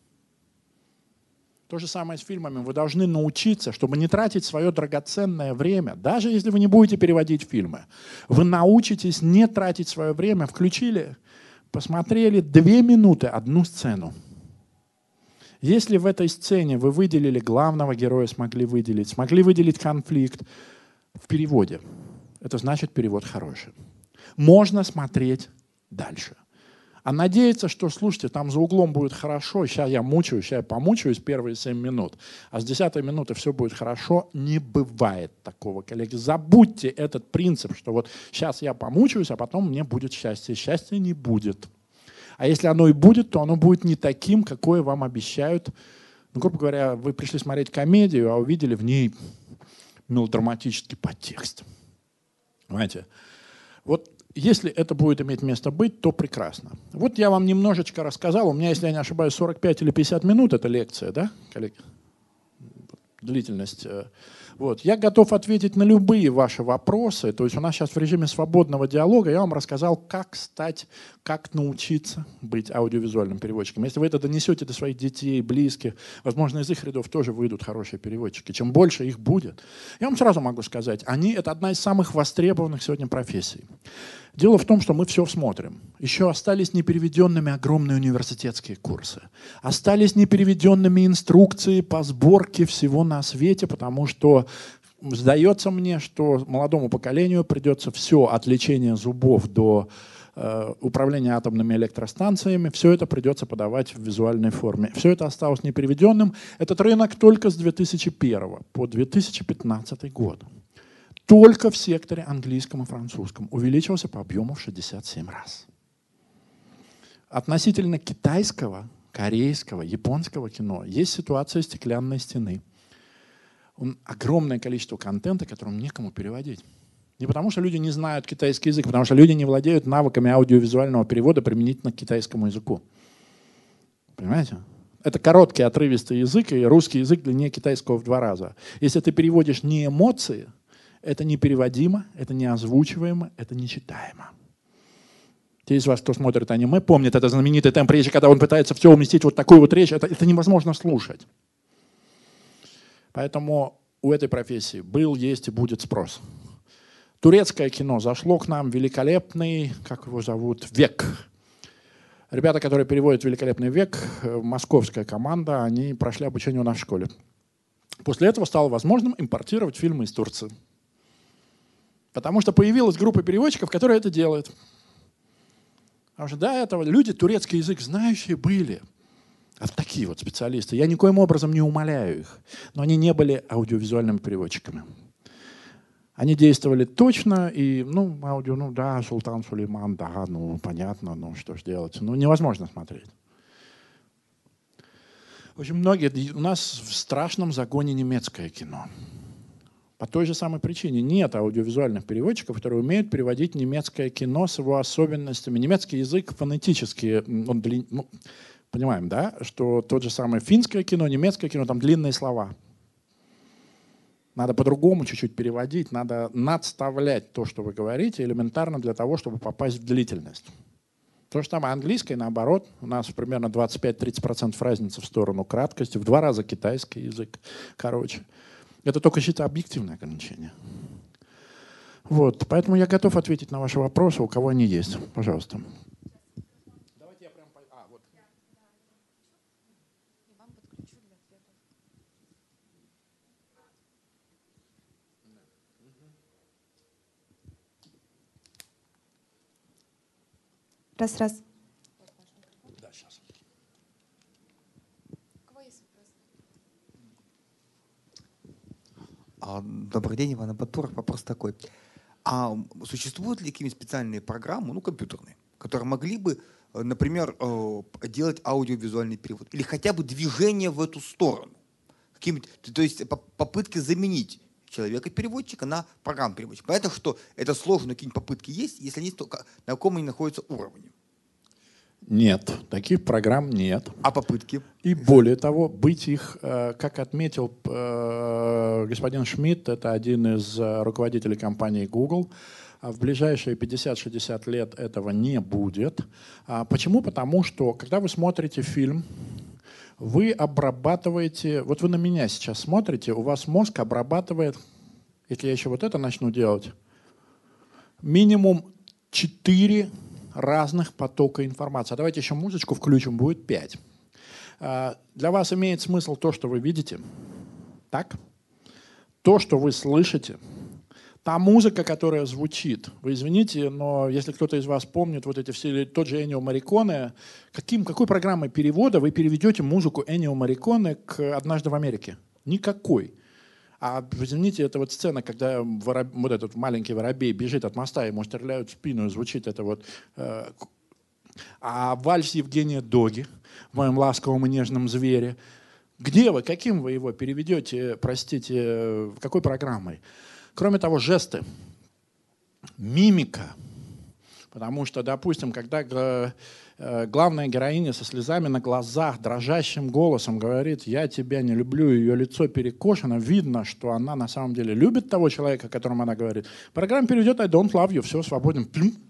То же самое с фильмами. Вы должны научиться, чтобы не тратить свое драгоценное время, даже если вы не будете переводить фильмы. Вы научитесь не тратить свое время. Включили, посмотрели две минуты одну сцену. Если в этой сцене вы выделили главного героя, смогли выделить, смогли выделить конфликт в переводе, это значит, перевод хороший. Можно смотреть дальше. А надеяться, что, слушайте, там за углом будет хорошо, сейчас я мучаюсь, сейчас я помучаюсь первые семь минут, а с десятой минуты все будет хорошо, не бывает такого, коллеги. Забудьте этот принцип, что вот сейчас я помучаюсь, а потом мне будет счастье. Счастья не будет. А если оно и будет, то оно будет не таким, какое вам обещают. Ну, грубо говоря, вы пришли смотреть комедию, а увидели в ней мелодраматический подтекст. Понимаете? Вот если это будет иметь место быть, то прекрасно. Вот я вам немножечко рассказал. У меня, если я не ошибаюсь, сорок пять или пятьдесят минут это лекция, да, коллеги? Длительность. Вот. Я готов ответить на любые ваши вопросы. То есть у нас сейчас в режиме свободного диалога я вам рассказал, как стать, как научиться быть аудиовизуальным переводчиком. Если вы это донесете до своих детей, близких, возможно, из их рядов тоже выйдут хорошие переводчики. Чем больше их будет. Я вам сразу могу сказать, они — это одна из самых востребованных сегодня профессий. Дело в том, что мы все смотрим. Еще остались непереведенными огромные университетские курсы. Остались непереведенными инструкции по сборке всего на свете, потому что сдается мне, что молодому поколению придется все от лечения зубов до э, управления атомными электростанциями, все это придется подавать в визуальной форме. Все это осталось непереведенным. Этот рынок только с две тысячи первого по две тысячи пятнадцатый год. Только в секторе английском и французском увеличился по объему в шестьдесят семь раз. Относительно китайского, корейского, японского кино есть ситуация стеклянной стены. Огромное количество контента, которым некому переводить. Не потому, что люди не знают китайский язык, потому что люди не владеют навыками аудиовизуального перевода применительно к китайскому языку. Понимаете? Это короткий, отрывистый язык, и русский язык длиннее китайского в два раза. Если ты переводишь не эмоции, это непереводимо, это не озвучиваемо, это нечитаемо. Те из вас, кто смотрит аниме, помнят это знаменитый темп речи, когда он пытается все уместить вот такую вот речь, это, это невозможно слушать. Поэтому у этой профессии был, есть и будет спрос. Турецкое кино зашло к нам, великолепный, как его зовут, «Век». Ребята, которые переводят «Великолепный век», московская команда, они прошли обучение у нас в школе. После этого стало возможным импортировать фильмы из Турции. Потому что появилась группа переводчиков, которые это делают. Потому что до этого люди турецкий язык знающие были. А такие вот специалисты. Я никоим образом не умаляю их. Но они не были аудиовизуальными переводчиками. Они действовали точно, и, ну, аудио, ну да, Султан Сулейман, да, ну, понятно, ну, что ж делать. Ну, невозможно смотреть. В общем, многие, у нас в страшном загоне немецкое кино. По той же самой причине нет аудиовизуальных переводчиков, которые умеют переводить немецкое кино с его особенностями. Немецкий язык фонетически, он длин, ну, понимаем, да, что тот же самый финское кино, немецкое кино, там длинные слова. Надо по-другому чуть-чуть переводить, надо надставлять то, что вы говорите, элементарно для того, чтобы попасть в длительность. То же самое английское, наоборот, у нас примерно двадцать пять - тридцать процентов разницы в сторону краткости, в два раза китайский язык, короче. Это только чисто объективное ограничение. Вот, поэтому я готов ответить на ваши вопросы, у кого они есть. Пожалуйста. Давайте я прям... А, вот. Раз, раз. Да, сейчас. У кого есть вопрос? Добрый день, Иван Абатуров. Вопрос такой. А существуют ли какие-нибудь специальные программы, ну, компьютерные, которые могли бы, например, делать аудиовизуальный перевод? Или хотя бы движение в эту сторону? То есть попытки заменить человека-переводчика на программу-переводчика. Понятно, что это сложно, какие-нибудь попытки есть, если они на каком они находятся уровне. Нет, таких программ нет. А попытки? И более того, быть их, как отметил господин Шмидт, это один из руководителей компании Google, в ближайшие пятьдесят - шестьдесят лет этого не будет. Почему? Потому что, когда вы смотрите фильм, вы обрабатываете, вот вы на меня сейчас смотрите, у вас мозг обрабатывает, если я еще вот это начну делать, минимум четыре разных потока информации. А давайте еще музычку включим, будет пять. Для вас имеет смысл то, что вы видите, так? То, что вы слышите, та музыка, которая звучит. Вы извините, но если кто-то из вас помнит вот эти все, тот же Эннио Морриконе, каким, какой программой перевода вы переведете музыку Эннио Морриконе к «Однажды в Америке»? Никакой. А извините, это вот сцена, когда вороб... вот этот маленький воробей бежит от моста, ему стреляют в спину, и звучит это вот. Э... А вальс Евгения Доги в «Моем ласковом и нежном звере». Где вы, каким вы его переведете, простите, какой программой? Кроме того, жесты, мимика. Потому что, допустим, когда главная героиня со слезами на глазах, дрожащим голосом говорит: «Я тебя не люблю», ее лицо перекошено, видно, что она на самом деле любит того человека, о котором она говорит. Программа переведет «I don't love you», все, свободен.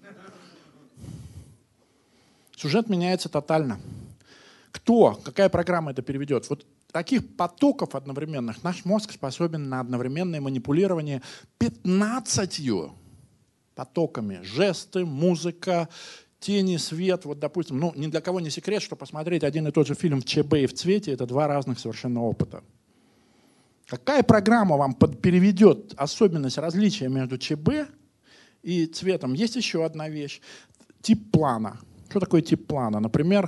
Сюжет меняется тотально. Кто, какая программа это переведет? Вот таких потоков одновременных наш мозг способен на одновременное манипулирование пятнадцатью потоками. Жесты, музыка, тени, свет. Вот, допустим, ну, ни для кого не секрет, что посмотреть один и тот же фильм в ЧБ и в цвете — это два разных совершенно опыта. Какая программа вам переведет особенность различия между ЧБ и цветом? Есть еще одна вещь. Тип плана. Что такое тип плана? Например,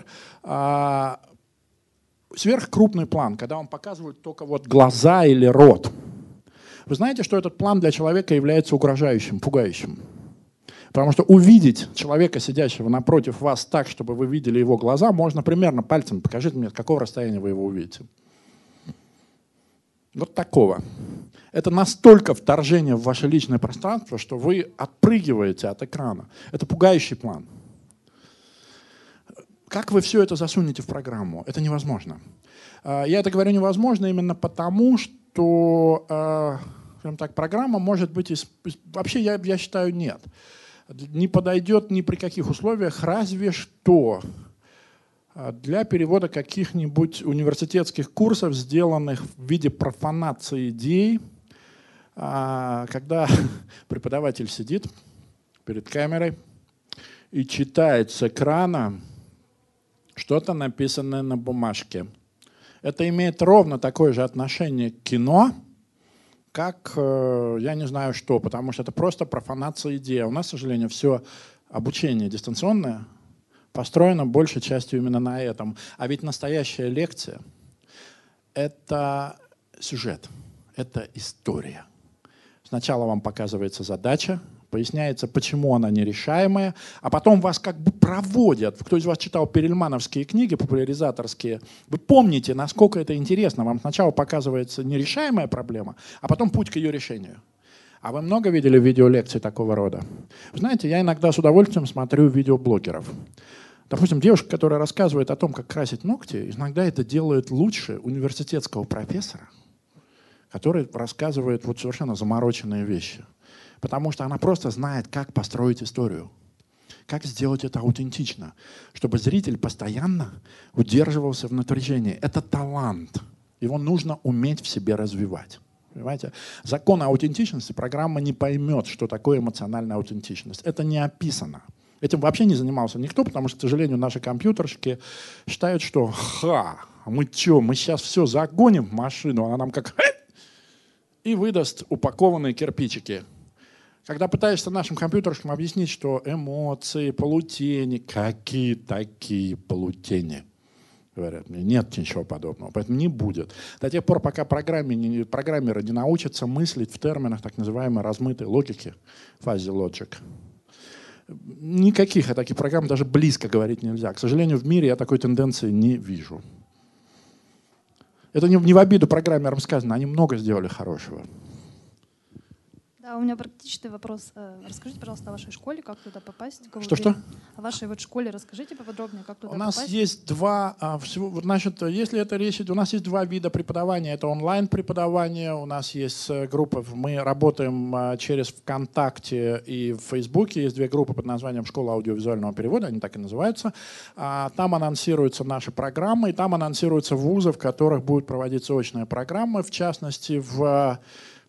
сверхкрупный план, когда он показывает только вот глаза или рот. Вы знаете, что этот план для человека является угрожающим, пугающим? Потому что увидеть человека, сидящего напротив вас так, чтобы вы видели его глаза, можно примерно пальцем. Покажите мне, с какого расстояния вы его увидите. Вот такого. Это настолько вторжение в ваше личное пространство, что вы отпрыгиваете от экрана. Это пугающий план. Как вы все это засунете в программу? Это невозможно. Я это говорю невозможно именно потому, что, скажем так, программа может быть... Вообще, я, я считаю, нет. Не подойдет ни при каких условиях, разве что для перевода каких-нибудь университетских курсов, сделанных в виде профанации идей, когда преподаватель сидит перед камерой и читает с экрана что-то написанное на бумажке. Это имеет ровно такое же отношение к кино, как я не знаю что, потому что это просто профанация идеи. У нас, к сожалению, все обучение дистанционное построено большей частью именно на этом. А ведь настоящая лекция — это сюжет, это история. Сначала вам показывается задача, поясняется, почему она нерешаемая, а потом вас как бы проводят. Кто из вас читал перельмановские книги, популяризаторские, вы помните, насколько это интересно. Вам сначала показывается нерешаемая проблема, а потом путь к ее решению. А вы много видели видеолекций такого рода? Вы знаете, я иногда с удовольствием смотрю видеоблогеров. Допустим, девушка, которая рассказывает о том, как красить ногти, иногда это делает лучше университетского профессора, который рассказывает вот совершенно замороченные вещи. Потому что она просто знает, как построить историю, как сделать это аутентично, чтобы зритель постоянно удерживался в напряжении. Это талант. Его нужно уметь в себе развивать. Понимаете? Закон аутентичности программа не поймет, что такое эмоциональная аутентичность. Это не описано. Этим вообще не занимался никто, потому что, к сожалению, наши компьютерщики считают, что ха, мы что, мы сейчас все загоним в машину, она нам как и выдаст упакованные кирпичики. Когда пытаешься нашим компьютерщикам объяснить, что эмоции, полутени, какие такие полутени? Говорят мне, нет ничего подобного, поэтому не будет. До тех пор, пока программе не, программеры не научатся мыслить в терминах так называемой размытой логики, fuzzy logic, никаких таких программ даже близко говорить нельзя. К сожалению, в мире я такой тенденции не вижу. Это не, не в обиду программерам сказано, они много сделали хорошего. Да, у меня практичный вопрос. Расскажите, пожалуйста, о вашей школе, как туда попасть? Что-что? О вашей вот школе расскажите поподробнее, как туда у нас попасть. Есть два, всего, значит, если это речь идет, у нас есть два вида преподавания. Это онлайн-преподавание, у нас есть группа, мы работаем через ВКонтакте и в Фейсбуке. Есть две группы под названием «Школа аудиовизуального перевода», они так и называются. Там анонсируются наши программы, и там анонсируются вузы, в которых будут проводиться очные программы. В частности, в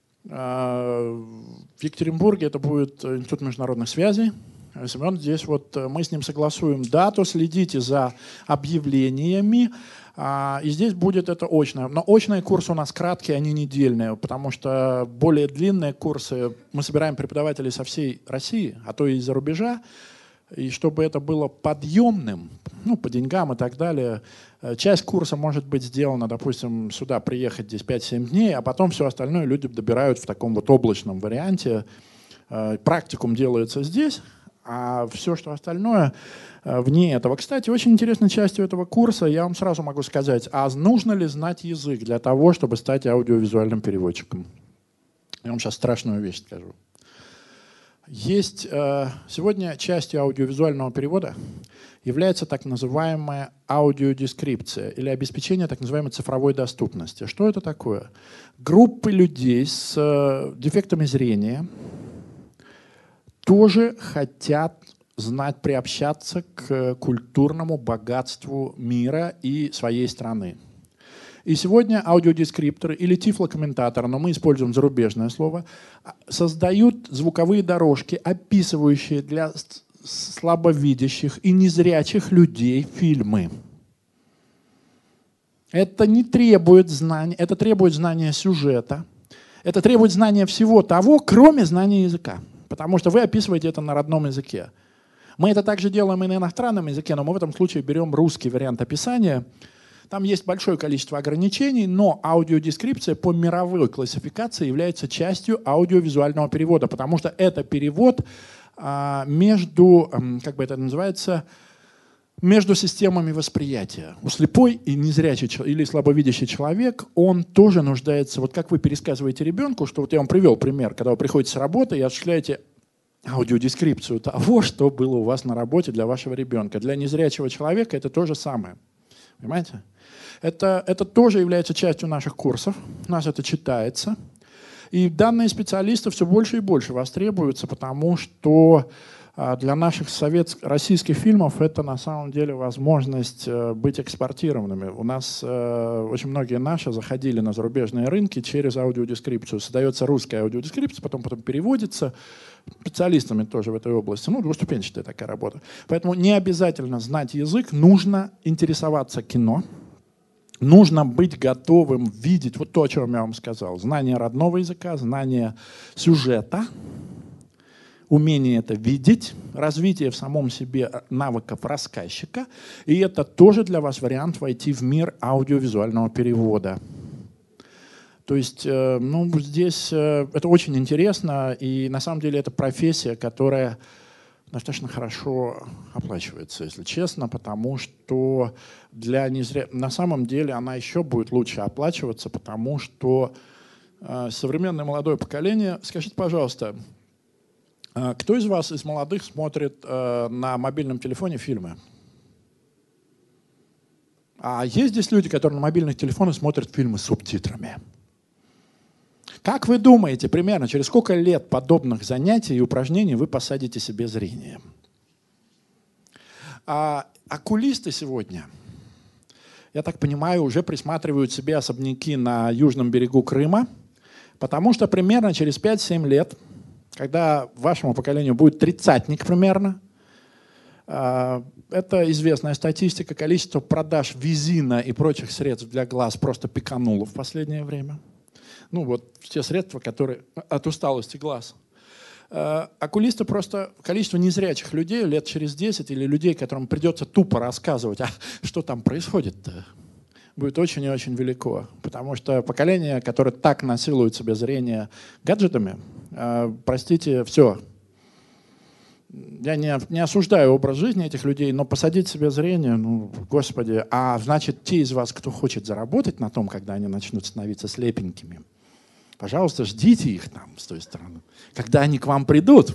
В Екатеринбурге это будет Институт международных связей. Семен здесь вот мы с ним согласуем дату, следите за объявлениями. И здесь будет это очное. Но очные курсы у нас краткие, они недельные, потому что более длинные курсы мы собираем преподавателей со всей России, а то и из-за рубежа. И чтобы это было подъемным, ну, по деньгам и так далее, часть курса может быть сделана, допустим, сюда приехать здесь пять-семь дней, а потом все остальное люди добирают в таком вот облачном варианте. Практикум делается здесь, а все, что остальное, вне этого. Кстати, очень интересной частью этого курса, я вам сразу могу сказать, а нужно ли знать язык для того, чтобы стать аудиовизуальным переводчиком? Я вам сейчас страшную вещь скажу. Есть э, сегодня частью аудиовизуального перевода является так называемая аудиодескрипция или обеспечение так называемой цифровой доступности. Что это такое? Группы людей с э, дефектами зрения тоже хотят знать, приобщаться к культурному богатству мира и своей страны. И сегодня аудиодескрипторы или тифлокомментаторы, но мы используем зарубежное слово, создают звуковые дорожки, описывающие для слабовидящих и незрячих людей фильмы. Это не требует знаний, это требует знания сюжета, это требует знания всего того, кроме знания языка, потому что вы описываете это на родном языке. Мы это также делаем и на иностранном языке, но мы в этом случае берем русский вариант описания. Там есть большое количество ограничений, но аудиодескрипция по мировой классификации является частью аудиовизуального перевода, потому что это перевод а, между, как бы это называется, между системами восприятия. У слепой и незрячий или слабовидящий человек, он тоже нуждается, вот как вы пересказываете ребенку, что вот я вам привел пример, когда вы приходите с работы и осуществляете аудиодескрипцию того, что было у вас на работе для вашего ребенка. Для незрячего человека это то же самое. Понимаете? Это, это тоже является частью наших курсов. У нас это читается. И данные специалисты все больше и больше востребуются, потому что для наших советских, российских фильмов это на самом деле возможность быть экспортированными. У нас э, очень многие наши заходили на зарубежные рынки через аудиодескрипцию. Создается русская аудиодескрипция, потом, потом переводится специалистами тоже в этой области. Ну, двуступенчатая такая работа. Поэтому не обязательно знать язык, нужно интересоваться кино. Нужно быть готовым видеть вот то, о чем я вам сказал. Знание родного языка, знание сюжета, умение это видеть, развитие в самом себе навыков рассказчика. И это тоже для вас вариант войти в мир аудиовизуального перевода. То есть, ну, здесь это очень интересно, и на самом деле это профессия, которая достаточно хорошо оплачивается, если честно, потому что для незря... на самом деле она еще будет лучше оплачиваться, потому что э, современное молодое поколение... Скажите, пожалуйста, э, кто из вас, из молодых, смотрит э, на мобильном телефоне фильмы? А есть здесь люди, которые на мобильных телефонах смотрят фильмы с субтитрами? Как вы думаете, примерно через сколько лет подобных занятий и упражнений вы посадите себе зрение? А окулисты сегодня, я так понимаю, уже присматривают себе особняки на южном берегу Крыма, потому что примерно через пять-семь лет, когда вашему поколению будет тридцатник примерно, это известная статистика, количество продаж визина и прочих средств для глаз просто пикануло в последнее время. Ну вот те средства, которые от усталости глаз. Окулисты просто, количество незрячих людей лет через десять или людей, которым придется тупо рассказывать, а что там происходит-то, будет очень и очень велико. Потому что поколение, которое так насилует себе зрение гаджетами, простите, все. Я не, не осуждаю образ жизни этих людей, но посадить себе зрение, ну, господи, а значит, те из вас, кто хочет заработать на том, когда они начнут становиться слепенькими, пожалуйста, ждите их там с той стороны, когда они к вам придут.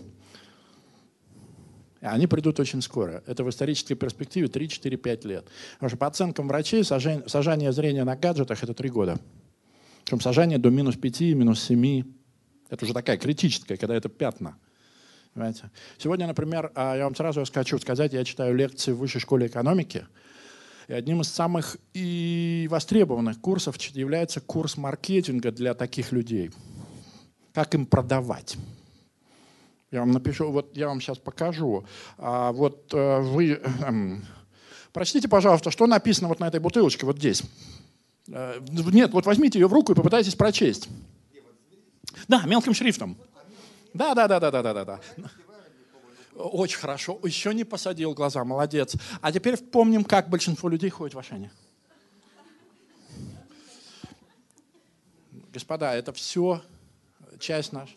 И они придут очень скоро. Это в исторической перспективе три-четыре-пять лет. Потому что по оценкам врачей сажание, сажание зрения на гаджетах – это три года. Причем сажание до минус пяти, минус семи. Это уже такая критическая, когда это пятна. Понимаете? Сегодня, например, я вам сразу хочу сказать, я читаю лекции в Высшей школе экономики. И одним из самых и востребованных курсов является курс маркетинга для таких людей. Как им продавать. Я вам напишу, вот я вам сейчас покажу. А, вот а, вы... Э, прочтите, пожалуйста, что написано вот на этой бутылочке, вот здесь. А, нет, вот возьмите ее в руку и попытайтесь прочесть. Да, мелким шрифтом. Да, да, да, да, да, да, да. Очень хорошо. Еще не посадил глаза, молодец. А теперь вспомним, как большинство людей ходит в Ашане. Господа, это все часть наша.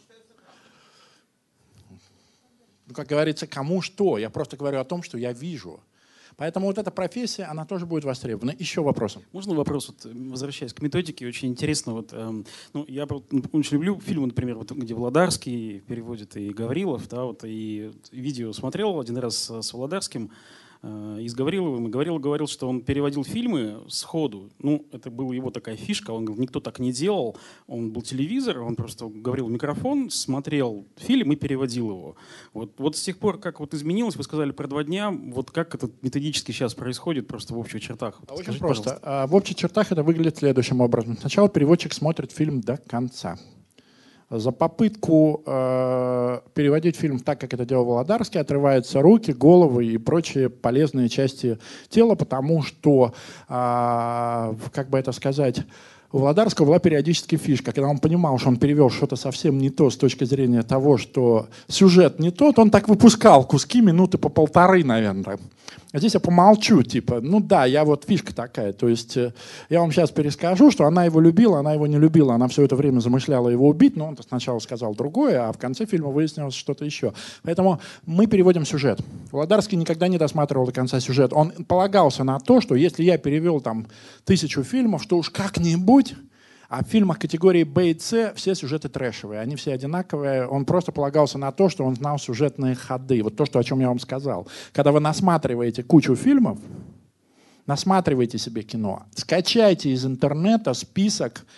Ну, как говорится, кому что. Я просто говорю о том, что я вижу. Поэтому вот эта профессия, она тоже будет востребована. Еще вопросы? Можно вопрос, вот, возвращаясь к методике, очень интересно. Вот, эм, ну, я очень люблю фильмы, например, вот, где Владарский переводит и Гаврилов, да, вот, и видео смотрел один раз с Владарским, э, и с Гавриловым, и Гаврилов говорил, что он переводил фильмы сходу. Ну, это была его такая фишка, он говорил, никто так не делал. Он был телевизор, он просто говорил в микрофон, смотрел фильм и переводил его. Вот, вот с тех пор, как вот изменилось, вы сказали про два дня, вот как это методически сейчас происходит просто в общих чертах? Вот Очень скажите, просто. пожалуйста. В общих чертах это выглядит следующим образом. Сначала переводчик смотрит фильм до конца. За попытку э, переводить фильм так, как это делал Володарский, отрываются руки, головы и прочие полезные части тела, потому что, э, как бы это сказать, у Володарского была периодически фишка. Когда он понимал, что он перевел что-то совсем не то с точки зрения того, что сюжет не тот, он так выпускал куски минуты по полторы, наверное. А здесь я помолчу, типа, ну да, я вот фишка такая. То есть э, я вам сейчас перескажу, что она его любила, она его не любила. Она все это время замышляла его убить, но он-то сначала сказал другое, а в конце фильма выяснилось что-то еще. Поэтому мы переводим сюжет. Володарский никогда не досматривал до конца сюжет. Он полагался на то, что если я перевел там тысячу фильмов, что уж как-нибудь... А в фильмах категории Б и С все сюжеты трэшевые, они все одинаковые. Он просто полагался на то, что он знал сюжетные ходы. Вот то, что, о чем я вам сказал. Когда вы насматриваете кучу фильмов, насматривайте себе кино, скачайте из интернета список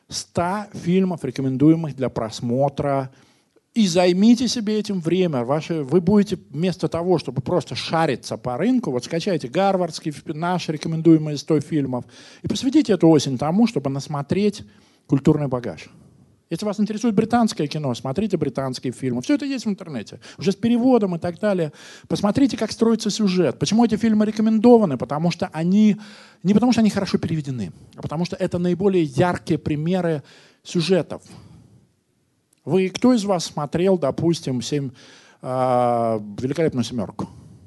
ста фильмов, рекомендуемых для просмотра. И займите себе этим время. Ваши, вы будете вместо того, чтобы просто шариться по рынку, вот скачайте гарвардский, наши рекомендуемые сто фильмов, и посвятите эту осень тому, чтобы насмотреть культурный багаж. Если вас интересует британское кино, смотрите британские фильмы. Все это есть в интернете. Уже с переводом и так далее. Посмотрите, как строится сюжет. Почему эти фильмы рекомендованы? Потому что они... Не потому что они хорошо переведены, а потому что это наиболее яркие примеры сюжетов. Вы, кто из вас смотрел, допустим, семь, э, «Великолепную семерку»?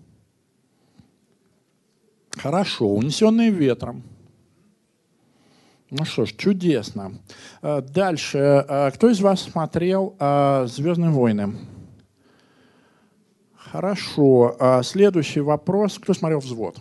Хорошо. «Унесенные ветром». Ну что ж, чудесно. Дальше. Кто из вас смотрел «Звездные войны»? Хорошо. Следующий вопрос. Кто смотрел «Взвод»?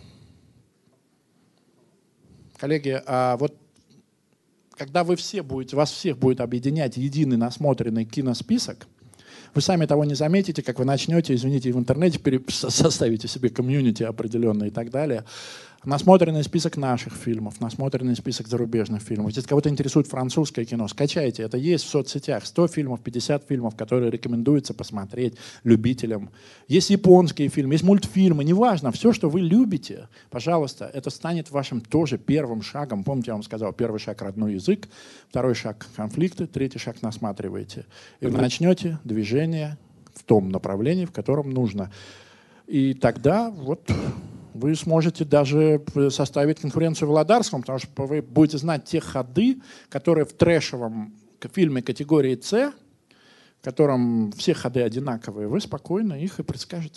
Коллеги, вот когда вы все будете, вас всех будет объединять единый насмотренный киносписок, вы сами того не заметите, как вы начнете, извините, в интернете составите себе комьюнити определенное и так далее. Насмотренный список наших фильмов, насмотренный список зарубежных фильмов. Если кого-то интересует французское кино, скачайте. Это есть в соцсетях. сто фильмов, пятьдесят фильмов, которые рекомендуется посмотреть любителям. Есть японские фильмы, есть мультфильмы. Неважно, все, что вы любите, пожалуйста, это станет вашим тоже первым шагом. Помните, я вам сказал, первый шаг — родной язык, второй шаг — конфликты, третий шаг — насматриваете. И вы начнете движение в том направлении, в котором нужно. И тогда вот... вы сможете даже составить конкуренцию Володарскому, потому что вы будете знать те ходы, которые в трэшевом фильме категории С, в котором все ходы одинаковые, вы спокойно их и предскажете.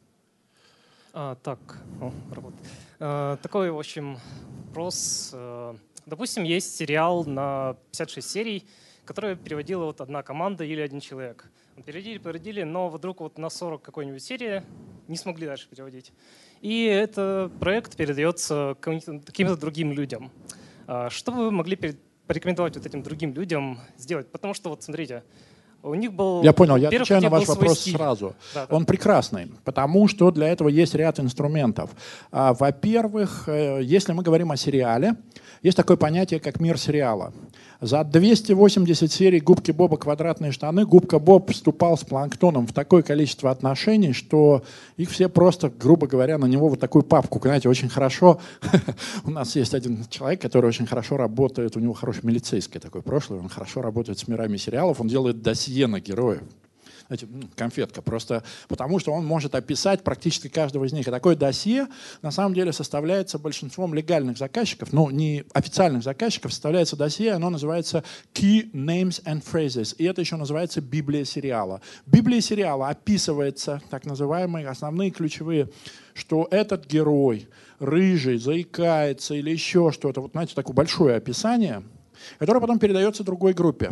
А, так, о, работает. А, такой, в общем, вопрос. Допустим, есть сериал на пятьдесят шесть серий, который переводила вот одна команда или один человек. Переводили, переводили, но вдруг вот на сорок какой-нибудь серии не смогли дальше переводить. И этот проект передается каким-то другим людям. Что вы могли порекомендовать вот этим другим людям сделать? Потому что, вот смотрите, у них был... Я понял, я отвечаю на ваш вопрос сразу. Да, да. Он прекрасный, потому что для этого есть ряд инструментов. Во-первых, если мы говорим о сериале, есть такое понятие, как мир сериала. За двести восемьдесят серий «Губки Боба. Квадратные штаны» Губка Боб вступал с планктоном в такое количество отношений, что их все просто, грубо говоря, на него вот такую папку. Знаете, очень хорошо. У нас есть один человек, который очень хорошо работает, у него хороший милицейский такой прошлый, он хорошо работает с мирами сериалов, он делает досье на героев. Знаете, конфетка, просто потому что он может описать практически каждого из них. И такое досье на самом деле составляется большинством легальных заказчиков, но не официальных заказчиков, составляется досье, оно называется Key Names and Phrases. И это еще называется Библия сериала. В Библии сериала описывается так называемые основные ключевые, что этот герой рыжий, заикается или еще что-то. Вот знаете, такое большое описание, которое потом передается другой группе.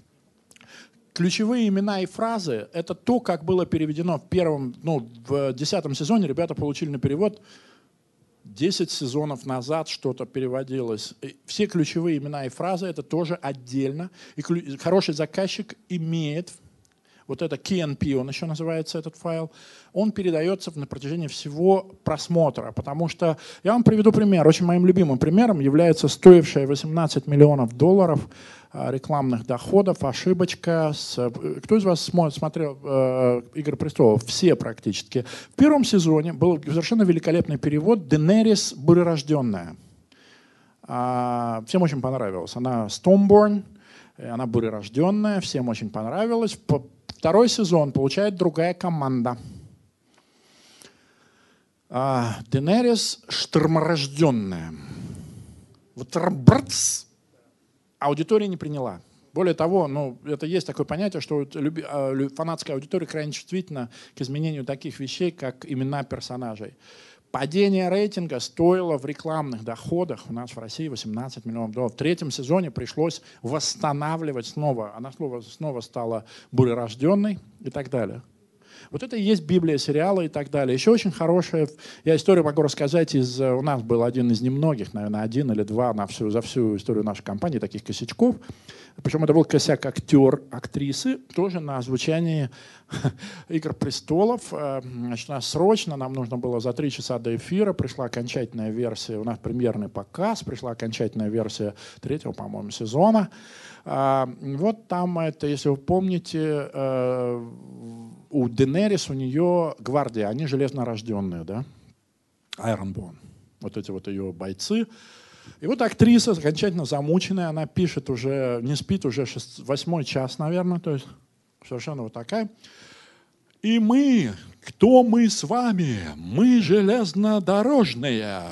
Ключевые имена и фразы — это то, как было переведено в первом, ну, в десятом сезоне. Ребята получили на перевод десять сезонов назад что-то переводилось. И все ключевые имена и фразы — это тоже отдельно. И клю... хороший заказчик имеет вот это кей эн пи, он еще называется, этот файл, он передается на протяжении всего просмотра. Потому что, я вам приведу пример. Очень моим любимым примером является стоившая восемнадцать миллионов долларов рекламных доходов ошибочка. С... Кто из вас смотрел э, «Игры престолов»? Все практически. В первом сезоне был совершенно великолепный перевод «Денерис бурерожденная». А, всем очень понравилось. Она Stormborn, она бурерожденная, всем очень понравилось. Второй сезон получает другая команда. А, Денерис шторморожденная. Вот брц, аудитория не приняла. Более того, ну, это есть такое понятие, что люби, фанатская аудитория крайне чувствительна к изменению таких вещей, как имена персонажей. Падение рейтинга стоило в рекламных доходах у нас в России восемнадцать миллионов долларов. В третьем сезоне пришлось восстанавливать снова. Она снова, снова стала бурерожденной и так далее. Вот это и есть Библия сериала и так далее. Еще очень хорошая, я историю могу рассказать, из, у нас был один из немногих, наверное, один или два на всю, за всю историю нашей компании таких косячков. Причем это был косяк актер, актрисы, тоже на озвучании «Игр престолов». Значит, у нас срочно, нам нужно было за три часа до эфира, пришла окончательная версия, у нас премьерный показ, пришла окончательная версия третьего, по-моему, сезона. Вот там, это, если вы помните, у Денерис, у нее гвардия, они железнорожденные, да? Ironborn. Вот эти вот ее бойцы. И вот актриса, окончательно замученная, она пишет уже, не спит уже шесть, восьмой час, наверное, то есть совершенно вот такая. И мы, кто мы с вами? Мы железнодорожные.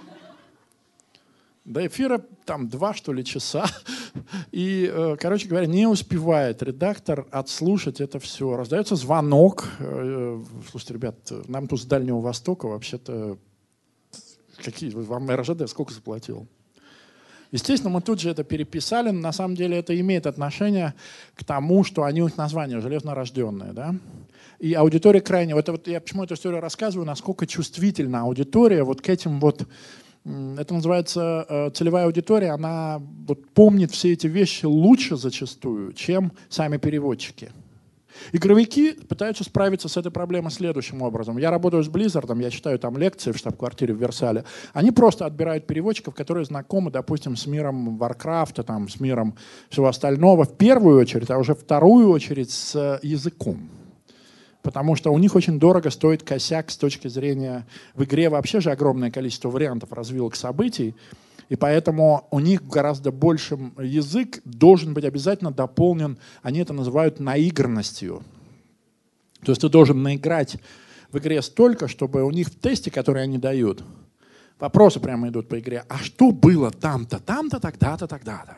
До эфира там два, что ли, часа. И, короче говоря, не успевает редактор отслушать это все. Раздается звонок. Слушайте, ребят, нам тут с Дальнего Востока вообще-то... Какие? Вам эр жэ дэ сколько заплатил? Естественно, мы тут же это переписали, но на самом деле это имеет отношение к тому, что они, у них название железнорожденные, да? И аудитория крайне... Вот, вот я почему эту историю рассказываю, насколько чувствительна аудитория вот к этим вот... Это называется э, целевая аудитория, она вот помнит все эти вещи лучше зачастую, чем сами переводчики. Игровики пытаются справиться с этой проблемой следующим образом. Я работаю с Blizzard, я читаю там лекции в штаб-квартире в Версале. Они просто отбирают переводчиков, которые знакомы, допустим, с миром Warcraft, там, с миром всего остального, в первую очередь, а уже вторую очередь с языком. Потому что у них очень дорого стоит косяк с точки зрения... В игре вообще же огромное количество вариантов развилок событий, и поэтому у них гораздо больше язык должен быть обязательно дополнен, они это называют наигранностью. То есть ты должен наиграть в игре столько, чтобы у них в тесте, который они дают, вопросы прямо идут по игре. А что было там-то, там-то, тогда-то, тогда-то?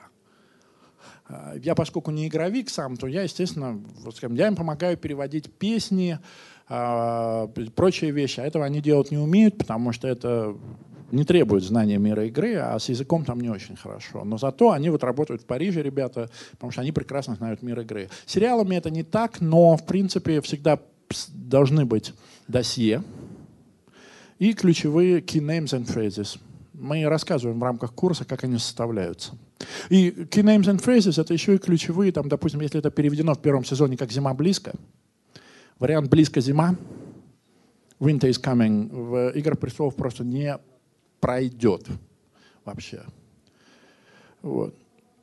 Я, поскольку не игровик сам, то я, естественно, вот, скажем, я им помогаю переводить песни, э, прочие вещи. А этого они делать не умеют, потому что это не требует знания мира игры, а с языком там не очень хорошо. Но зато они вот работают в Париже, ребята, потому что они прекрасно знают мир игры. С сериалами это не так, но, в принципе, всегда должны быть досье и ключевые key names and phrases. Мы рассказываем в рамках курса, как они составляются. И key names and phrases — это еще и ключевые, там, допустим, если это переведено в первом сезоне как «Зима близко», вариант «Близко зима», «Winter is coming» в «Играх престолов» просто не пройдет вообще. Вот.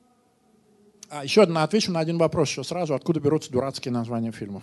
А еще одна, отвечу на один вопрос еще сразу. Откуда берутся дурацкие названия фильмов?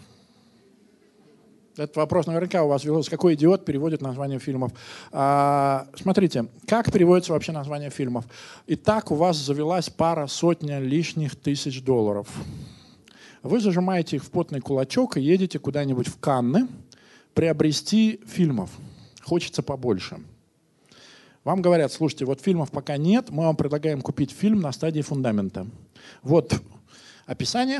Этот вопрос наверняка у вас велся. Какой идиот переводит название фильмов? А, смотрите, как переводится вообще название фильмов? Итак, у вас завелась пара сотня лишних тысяч долларов. Вы зажимаете их в потный кулачок и едете куда-нибудь в Канны приобрести фильмов. Хочется побольше. Вам говорят, слушайте, вот фильмов пока нет, мы вам предлагаем купить фильм на стадии фундамента. Вот описание.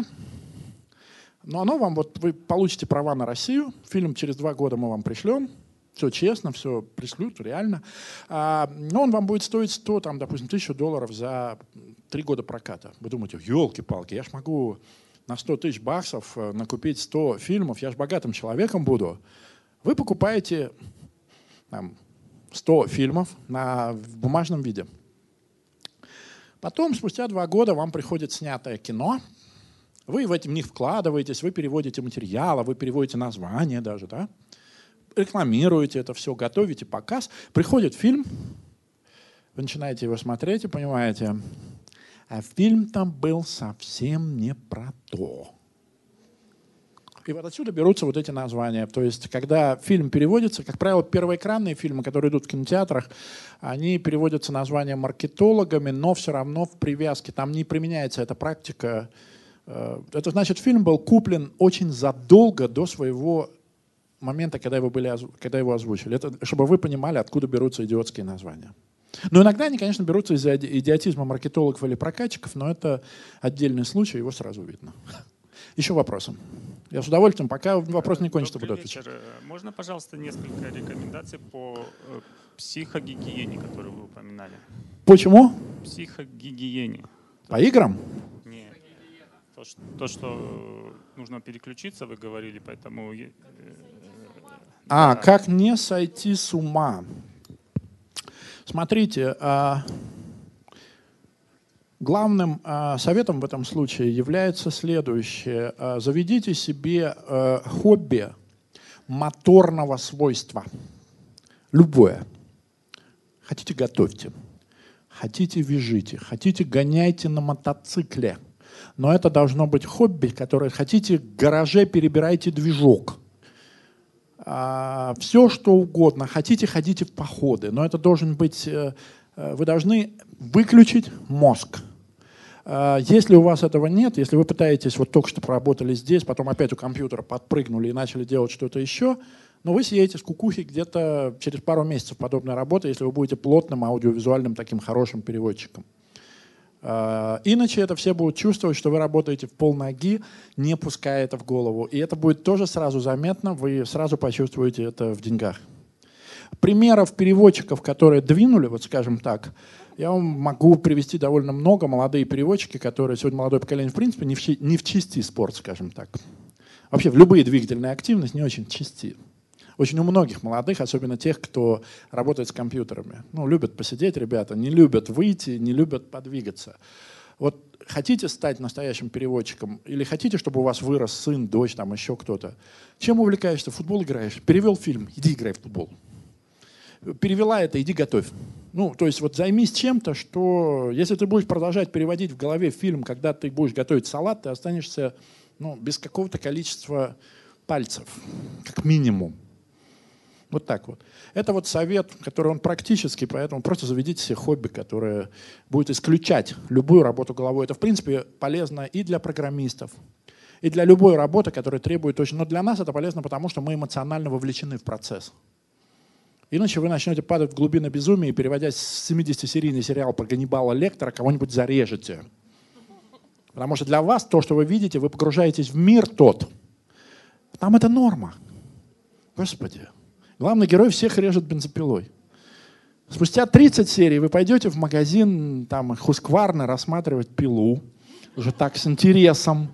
Но оно вам, вот вы получите права на Россию, фильм через два года мы вам пришлем, все честно, все пришлют, реально. А, но он вам будет стоить сто, там, допустим, тысячу долларов за три года проката. Вы думаете, елки-палки, я ж могу на сто тысяч баксов накупить сто фильмов, я ж богатым человеком буду. Вы покупаете там, сто фильмов на, в бумажном виде. Потом, спустя два года, вам приходит снятое кино. Вы в эти, в них вкладываетесь, вы переводите материалы, вы переводите название даже, да? Рекламируете это все, готовите показ. Приходит фильм, вы начинаете его смотреть и понимаете, а фильм там был совсем не про то. И вот отсюда берутся вот эти названия. То есть, когда фильм переводится, как правило, первоэкранные фильмы, которые идут в кинотеатрах, они переводятся названием маркетологами, но все равно в привязке. Там не применяется эта практика. Это значит, фильм был куплен очень задолго до своего момента, когда его, были, когда его озвучили. Это, чтобы вы понимали, откуда берутся идиотские названия. Но иногда они, конечно, берутся из-за идиотизма маркетологов или прокатчиков, но это отдельный случай, его сразу видно. Еще вопросы? Я с удовольствием, пока вопрос не кончится, буду отвечать. Можно, пожалуйста, несколько рекомендаций по психогигиене, которую вы упоминали? Почему? Психогигиене. По играм? Нет. То, что, то, что нужно переключиться, вы говорили, поэтому... э, А, да. как не сойти с ума? Смотрите, а, главным а, советом в этом случае является следующее. А, заведите себе а, хобби моторного свойства. Любое. Хотите — готовьте. Хотите — вяжите. Хотите — гоняйте на мотоцикле. Но это должно быть хобби, которое хотите — в гараже перебирайте движок. А, все, что угодно. Хотите — ходите в походы. Но это должен быть... э, э, Вы должны выключить мозг. А, Если у вас этого нет, если вы пытаетесь, вот только что поработали здесь, потом опять у компьютера подпрыгнули и начали делать что-то еще, но вы сидите с кукухи где-то через пару месяцев подобной работы, если вы будете плотным аудиовизуальным таким хорошим переводчиком. А, Иначе это все будут чувствовать, что вы работаете в полноги, не пуская это в голову. И это будет тоже сразу заметно, вы сразу почувствуете это в деньгах. Примеров переводчиков, которые двинули, вот скажем так, я вам могу привести довольно много. Молодые переводчики, которые сегодня молодое поколение в принципе не в, чи- не в части спорт, скажем так. Вообще в любые двигательные активности не очень в части. Очень у многих молодых, особенно тех, кто работает с компьютерами. Ну, любят посидеть ребята, не любят выйти, не любят подвигаться. Вот хотите стать настоящим переводчиком или хотите, чтобы у вас вырос сын, дочь, там еще кто-то? Чем увлекаешься? В футбол играешь? Перевел фильм? Иди играй в футбол. Перевела это, иди готовь. Ну, то есть вот займись чем-то, что... Если ты будешь продолжать переводить в голове фильм, когда ты будешь готовить салат, ты останешься, ну, без какого-то количества пальцев, как минимум. Вот так вот. Это вот совет, который он практический, поэтому просто заведите себе хобби, которое будет исключать любую работу головой. Это, в принципе, полезно и для программистов, и для любой работы, которая требует очень... Но для нас это полезно, потому что мы эмоционально вовлечены в процесс. Иначе вы начнете падать в глубины безумия и, переводя семидесятисерийный сериал про Ганнибала Лектора, кого-нибудь зарежете. Потому что для вас то, что вы видите, вы погружаетесь в мир тот. Там это норма. Господи. Главный герой всех режет бензопилой. Спустя тридцать серий вы пойдете в магазин там Husqvarna рассматривать пилу. Уже так, с интересом.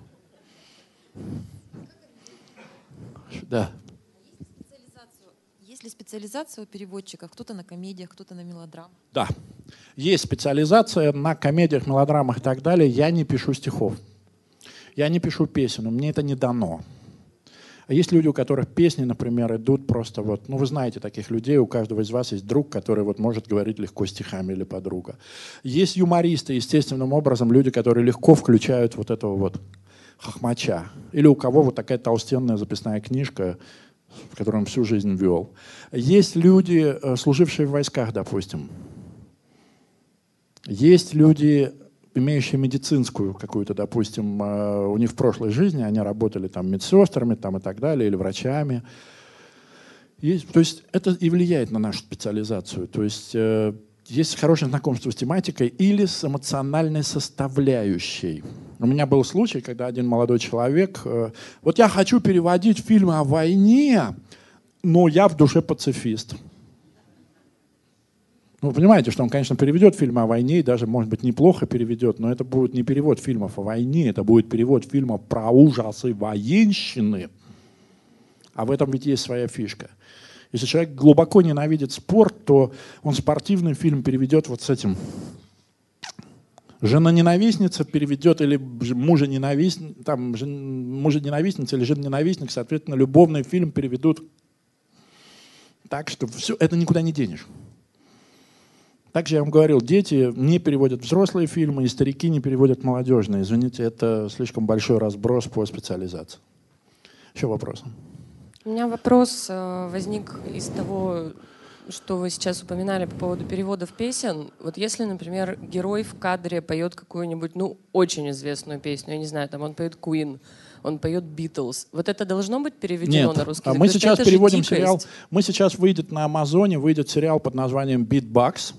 Да. Есть ли специализация у переводчиков? Кто-то на комедиях, кто-то на мелодрамах? Да. Есть специализация на комедиях, мелодрамах и так далее. Я не пишу стихов. Я не пишу песен. Мне это не дано. А есть люди, у которых песни, например, идут просто вот... Ну, вы знаете таких людей, у каждого из вас есть друг, который вот может говорить легко стихами или подруга. Есть юмористы, естественным образом, люди, которые легко включают вот этого вот хохмача. Или у кого вот такая толстенная записная книжка, в которой он всю жизнь вел. Есть люди, служившие в войсках, допустим. Есть люди, имеющие медицинскую какую-то, допустим, у них в прошлой жизни, они работали там медсестрами там, и так далее, или врачами. Есть, то есть это и влияет на нашу специализацию. То есть э, есть хорошее знакомство с тематикой или с эмоциональной составляющей. У меня был случай, когда один молодой человек... Э, вот я хочу переводить фильмы о войне, но я в душе пацифист. Ну, вы понимаете, что он, конечно, переведет фильмы о войне, и даже, может быть, неплохо переведет, но это будет не перевод фильмов о войне, это будет перевод фильмов про ужасы военщины. А в этом ведь есть своя фишка. Если человек глубоко ненавидит спорт, то он спортивный фильм переведет вот с этим. Жена-ненавистница переведет, или мужа-ненавистница, там, мужа-ненавистница или жена-ненавистник, соответственно, любовный фильм переведут так, что все, это никуда не денешь. Также я вам говорил, дети не переводят взрослые фильмы, и старики не переводят молодежные. Извините, это слишком большой разброс по специализации. Еще вопросы? У меня вопрос э, возник из того, что вы сейчас упоминали по поводу переводов песен. Вот если, например, герой в кадре поет какую-нибудь, ну, очень известную песню, я не знаю, там он поет Queen, он поет Beatles. Вот это должно быть переведено Нет. на русский язык? Мы сейчас это переводим сериал. Мы сейчас выйдет на Амазоне, выйдет сериал под названием Beatbox.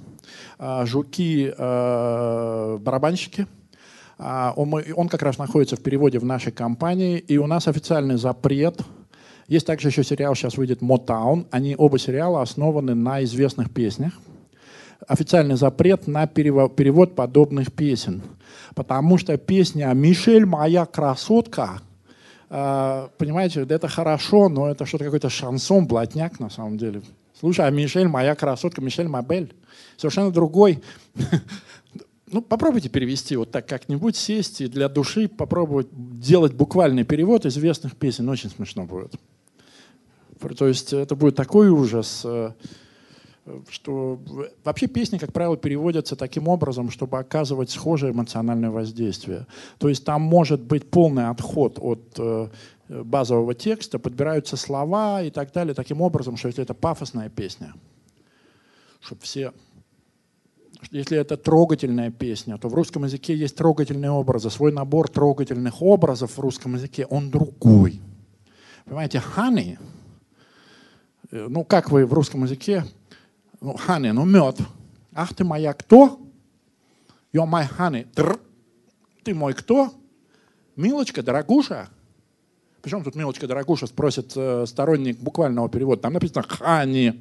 Жуки-барабанщики. Он как раз находится в переводе в нашей компании, и у нас официальный запрет. Есть также еще сериал, сейчас выйдет Motown. Они оба сериала основаны на известных песнях. официальный запрет на перевод подобных песен. Потому что песня «Мишель, моя красотка», понимаете, это хорошо, но это что-то какой-то шансон, блатняк на самом деле. Слушай, а Мишель, моя красотка, Мишель Мабель, совершенно другой. Ну, попробуйте перевести вот так как-нибудь, сесть и для души попробовать делать буквальный перевод известных песен. Очень смешно будет. То есть это будет такой ужас, что вообще песни, как правило, переводятся таким образом, чтобы оказывать схожее эмоциональное воздействие. То есть там может быть полный отход от базового текста, подбираются слова и так далее, таким образом, что если это пафосная песня, чтобы все... Если это трогательная песня, то в русском языке есть трогательные образы. Свой набор трогательных образов в русском языке, он другой. Понимаете, honey, ну как вы в русском языке, ну honey, ну мед. Ах ты моя кто? You're my honey. Др. Ты мой кто? Милочка, дорогуша. Причем тут милочка, дорогуша, спросит э, сторонник буквального перевода. Там написано honey,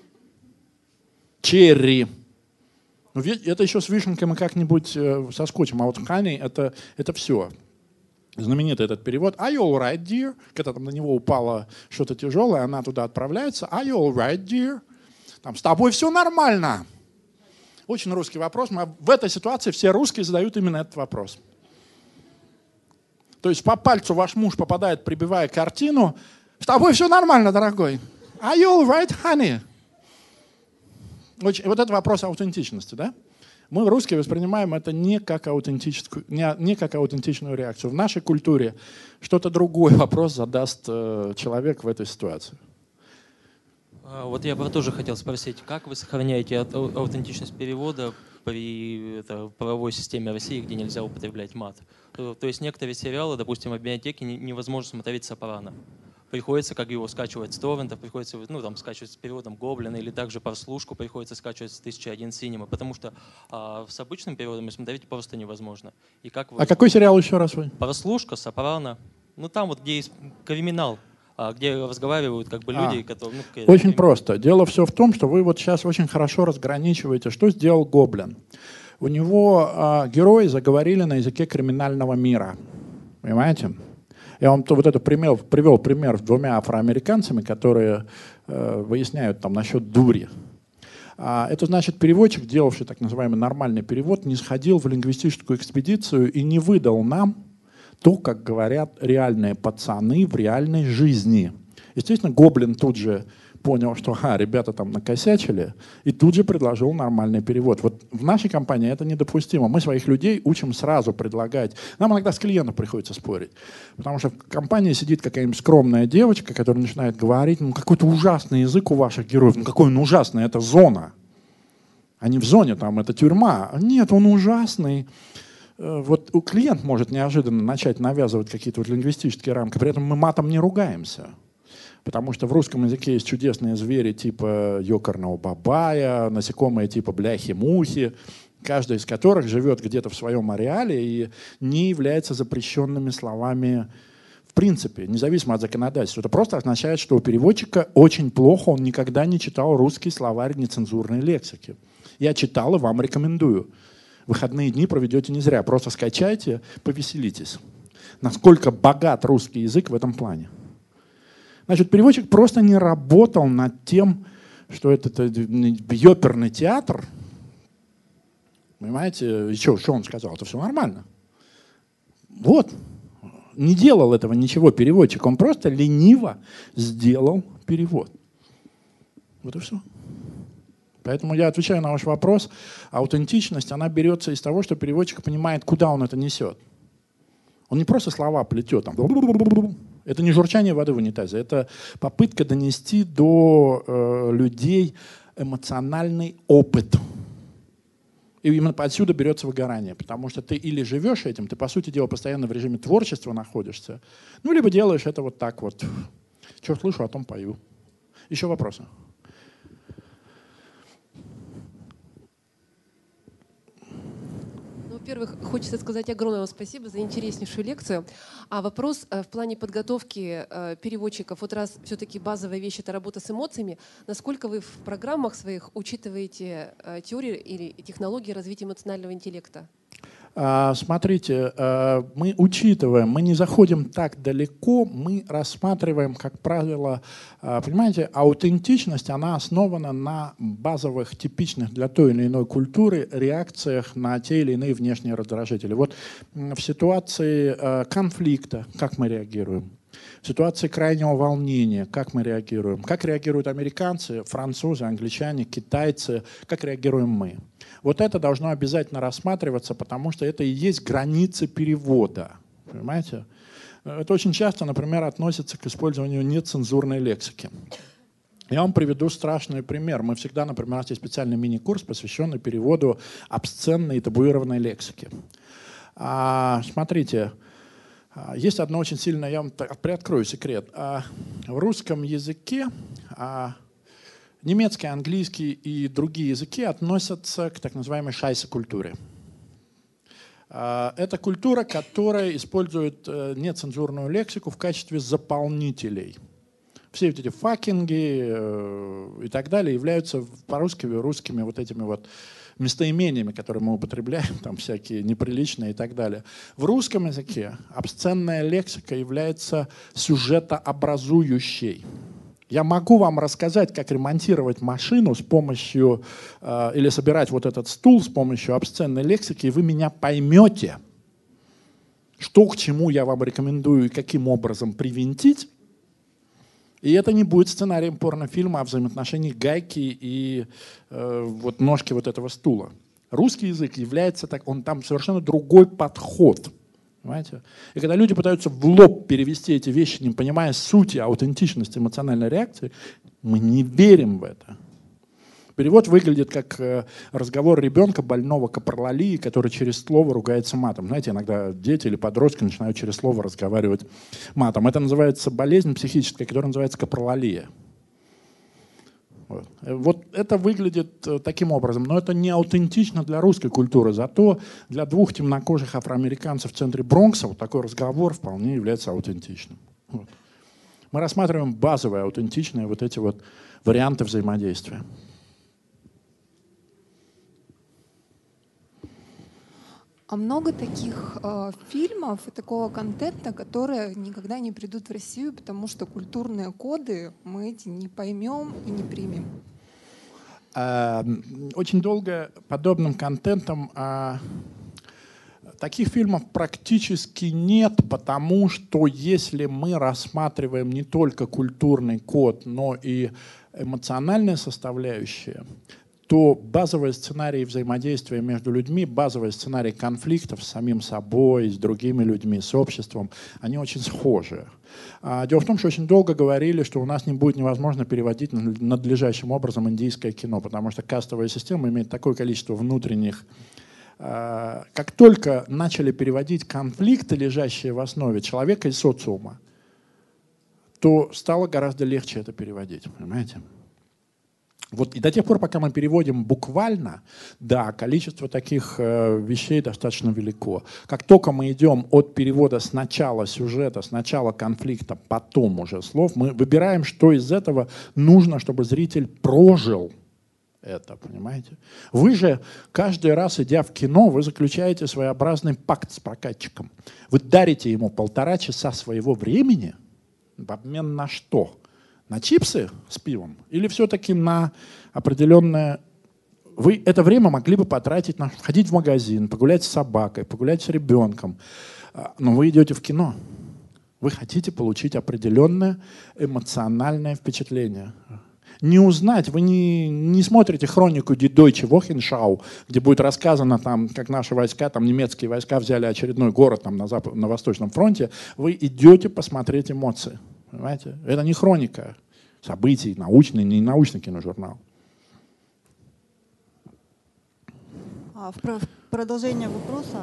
cherry. Ну, это еще с вишенкой мы как-нибудь э, соскочим. А вот honey это, это все. Знаменитый этот перевод. Are you all right, dear? Когда там на него упало что-то тяжелое, она туда отправляется. Are you all right, dear? Там, с тобой все нормально. Очень русский вопрос. Мы, в этой ситуации все русские задают именно этот вопрос. То есть по пальцу ваш муж попадает, прибивая картину. С тобой все нормально, дорогой. Are you all right, honey? Очень, вот это вопрос аутентичности, да? Мы, русские, воспринимаем это не как, аутентическую, не, не как аутентичную реакцию. В нашей культуре что-то другой вопрос задаст э, человек в этой ситуации. Вот я тоже хотел спросить, как вы сохраняете аутентичность перевода при это, правовой системе России, где нельзя употреблять мат? То, то есть некоторые сериалы, допустим, в библиотеке невозможно смотреть «Сопрано». Приходится, как его скачивать с торрентов, приходится ну, там, скачивать с переводом Гоблина, или также прослушку приходится скачивать с тысяча один Cinema, потому что а, с обычным переводом смотреть просто невозможно. И как вы... А какой сериал еще раз вы? Прослушка, «Сопрано». Ну там вот, где есть криминал, а, где разговаривают как бы люди, а, которые... Ну, очень криминал. просто. Дело все в том, что вы вот сейчас очень хорошо разграничиваете, что сделал Гоблин. У него а, герои заговорили на языке криминального мира. Понимаете? Я вам вот это пример, привел пример с двумя афроамериканцами, которые э, выясняют там насчет дури. А, это значит, переводчик, делавший так называемый нормальный перевод, не сходил в лингвистическую экспедицию и не выдал нам то, как говорят реальные пацаны в реальной жизни. Естественно, Гоблин тут же понял, что а, ребята там накосячили, и тут же предложил нормальный перевод. Вот в нашей компании это недопустимо. Мы своих людей учим сразу предлагать. Нам иногда с клиентом приходится спорить, потому что в компании сидит какая-нибудь скромная девочка, которая начинает говорить, ну какой-то ужасный язык у ваших героев, ну какой он ужасный, это зона. Они в зоне, там это тюрьма. Нет, он ужасный. Вот клиент может неожиданно начать навязывать какие-то вот лингвистические рамки, при этом мы матом не ругаемся. Потому что в русском языке есть чудесные звери типа ёкарного бабая, насекомые типа бляхи-мухи, каждый из которых живет где-то в своем ареале и не является запрещенными словами в принципе, независимо от законодательства. Это просто означает, что у переводчика очень плохо, он никогда не читал русский словарь нецензурной лексики. Я читал и вам рекомендую. Выходные дни проведете не зря, просто скачайте, повеселитесь. Насколько богат русский язык в этом плане. Значит, переводчик просто не работал над тем, что это, это ёперный театр. Понимаете? И что, что он сказал? Это все нормально. Вот. Не делал этого ничего переводчик. Он просто лениво сделал перевод. Вот и все. Поэтому я отвечаю на ваш вопрос. Аутентичность, она берется из того, что переводчик понимает, куда он это несет. Он не просто слова плетет. Там, это не журчание воды в унитазе, это попытка донести до э, людей эмоциональный опыт. И именно отсюда берется выгорание, потому что ты или живешь этим, ты, по сути дела, постоянно в режиме творчества находишься, ну, либо делаешь это вот так вот. Что слышу, о том пою. Еще вопросы? Ну, во-первых, хочется сказать огромное вам спасибо за интереснейшую лекцию. А вопрос в плане подготовки переводчиков. Вот раз все-таки базовая вещь — это работа с эмоциями, насколько вы в программах своих учитываете теории или технологии развития эмоционального интеллекта? Смотрите, мы учитываем, мы не заходим так далеко, мы рассматриваем, как правило, понимаете, аутентичность, она основана на базовых, типичных для той или иной культуры реакциях на те или иные внешние раздражители. Вот в ситуации конфликта как мы реагируем? В ситуации крайнего волнения как мы реагируем? Как реагируют американцы, французы, англичане, китайцы? Как реагируем мы? Вот это должно обязательно рассматриваться, потому что это и есть границы перевода. Понимаете? Это очень часто, например, относится к использованию нецензурной лексики. Я вам приведу страшный пример. Мы всегда, например, у нас есть специальный мини-курс, посвященный переводу обсценной и табуированной лексики. А, смотрите, есть одно очень сильное, я вам приоткрою секрет. А, в русском языке а, немецкий, английский и другие языки относятся к так называемой шайсе-культуре. А, это культура, которая использует а, нецензурную лексику в качестве заполнителей. Все вот эти факинги э, и так далее являются по-русски русскими вот этими вот местоимениями, которые мы употребляем, там всякие неприличные и так далее. В русском языке обсценная лексика является сюжетообразующей. Я могу вам рассказать, как ремонтировать машину с помощью, э, или собирать вот этот стул с помощью обсценной лексики, и вы меня поймете, что к чему я вам рекомендую и каким образом привинтить. И это не будет сценарием порнофильма о взаимоотношении гайки и э, вот ножки вот этого стула. Русский язык является так, он там совершенно другой подход. Понимаете? И когда люди пытаются в лоб перевести эти вещи, не понимая сути, аутентичности эмоциональной реакции, мы не верим в это. Перевод выглядит как разговор ребенка, больного капролалии, который через слово ругается матом. Знаете, иногда дети или подростки начинают через слово разговаривать матом. Это называется болезнь психическая, которая называется капролалия. Вот. Вот это выглядит таким образом, но это не аутентично для русской культуры. Зато для двух темнокожих афроамериканцев в центре Бронкса вот такой разговор вполне является аутентичным. Вот. Мы рассматриваем базовые, аутентичные вот эти вот варианты взаимодействия. А много таких э, фильмов и такого контента, которые никогда не придут в Россию, потому что культурные коды мы эти не поймем и не примем. Очень долго подобным контентом а, таких фильмов практически нет, потому что если мы рассматриваем не только культурный код, но и эмоциональные составляющие, то базовые сценарии взаимодействия между людьми, базовые сценарии конфликтов с самим собой, с другими людьми, с обществом, они очень схожи. Дело в том, что очень долго говорили, что у нас не будет невозможно переводить надлежащим образом индийское кино, потому что кастовая система имеет такое количество внутренних... Как только начали переводить конфликты, лежащие в основе человека и социума, то стало гораздо легче это переводить, понимаете? Вот, и до тех пор, пока мы переводим буквально, да, количество таких э, вещей достаточно велико. Как только мы идем от перевода с начала сюжета, с начала конфликта, потом уже слов, мы выбираем, что из этого нужно, чтобы зритель прожил это, понимаете? Вы же каждый раз, идя в кино, вы заключаете своеобразный пакт с прокатчиком. Вы дарите ему полтора часа своего времени в обмен на что? На чипсы с пивом? Или все-таки на определенное... Вы это время могли бы потратить на ходить в магазин, погулять с собакой, погулять с ребенком. Но вы идете в кино. Вы хотите получить определенное эмоциональное впечатление. Не узнать, вы не, не смотрите хронику Die Deutsche Wochenschau, где будет рассказано, там, как наши войска, там, немецкие войска взяли очередной город там, на, Запад, на Восточном фронте. Вы идете посмотреть эмоции. Понимаете? Это не хроника событий, научный, не научный киножурнал. В продолжение вопроса.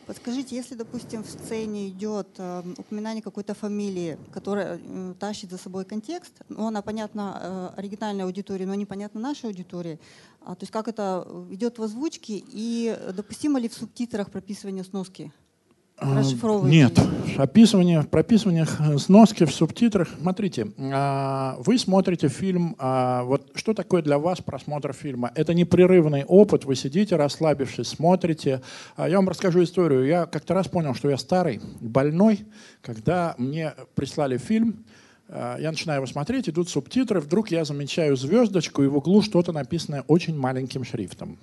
Подскажите, если, допустим, в сцене идет э, упоминание какой-то фамилии, которая э, тащит за собой контекст, но она понятна э, оригинальной аудитории, но непонятна нашей аудитории, а, то есть как это идет в озвучке и допустимо ли в субтитрах прописывание сноски? Нет, описывание, прописывание сноски в субтитрах. Смотрите, вы смотрите фильм, вот что такое для вас просмотр фильма? Это непрерывный опыт, вы сидите, расслабившись, смотрите. Я вам расскажу историю. Я как-то раз понял, что я старый, больной, когда мне прислали фильм, я начинаю его смотреть, идут субтитры, вдруг я замечаю звездочку, и в углу что-то написанное очень маленьким шрифтом.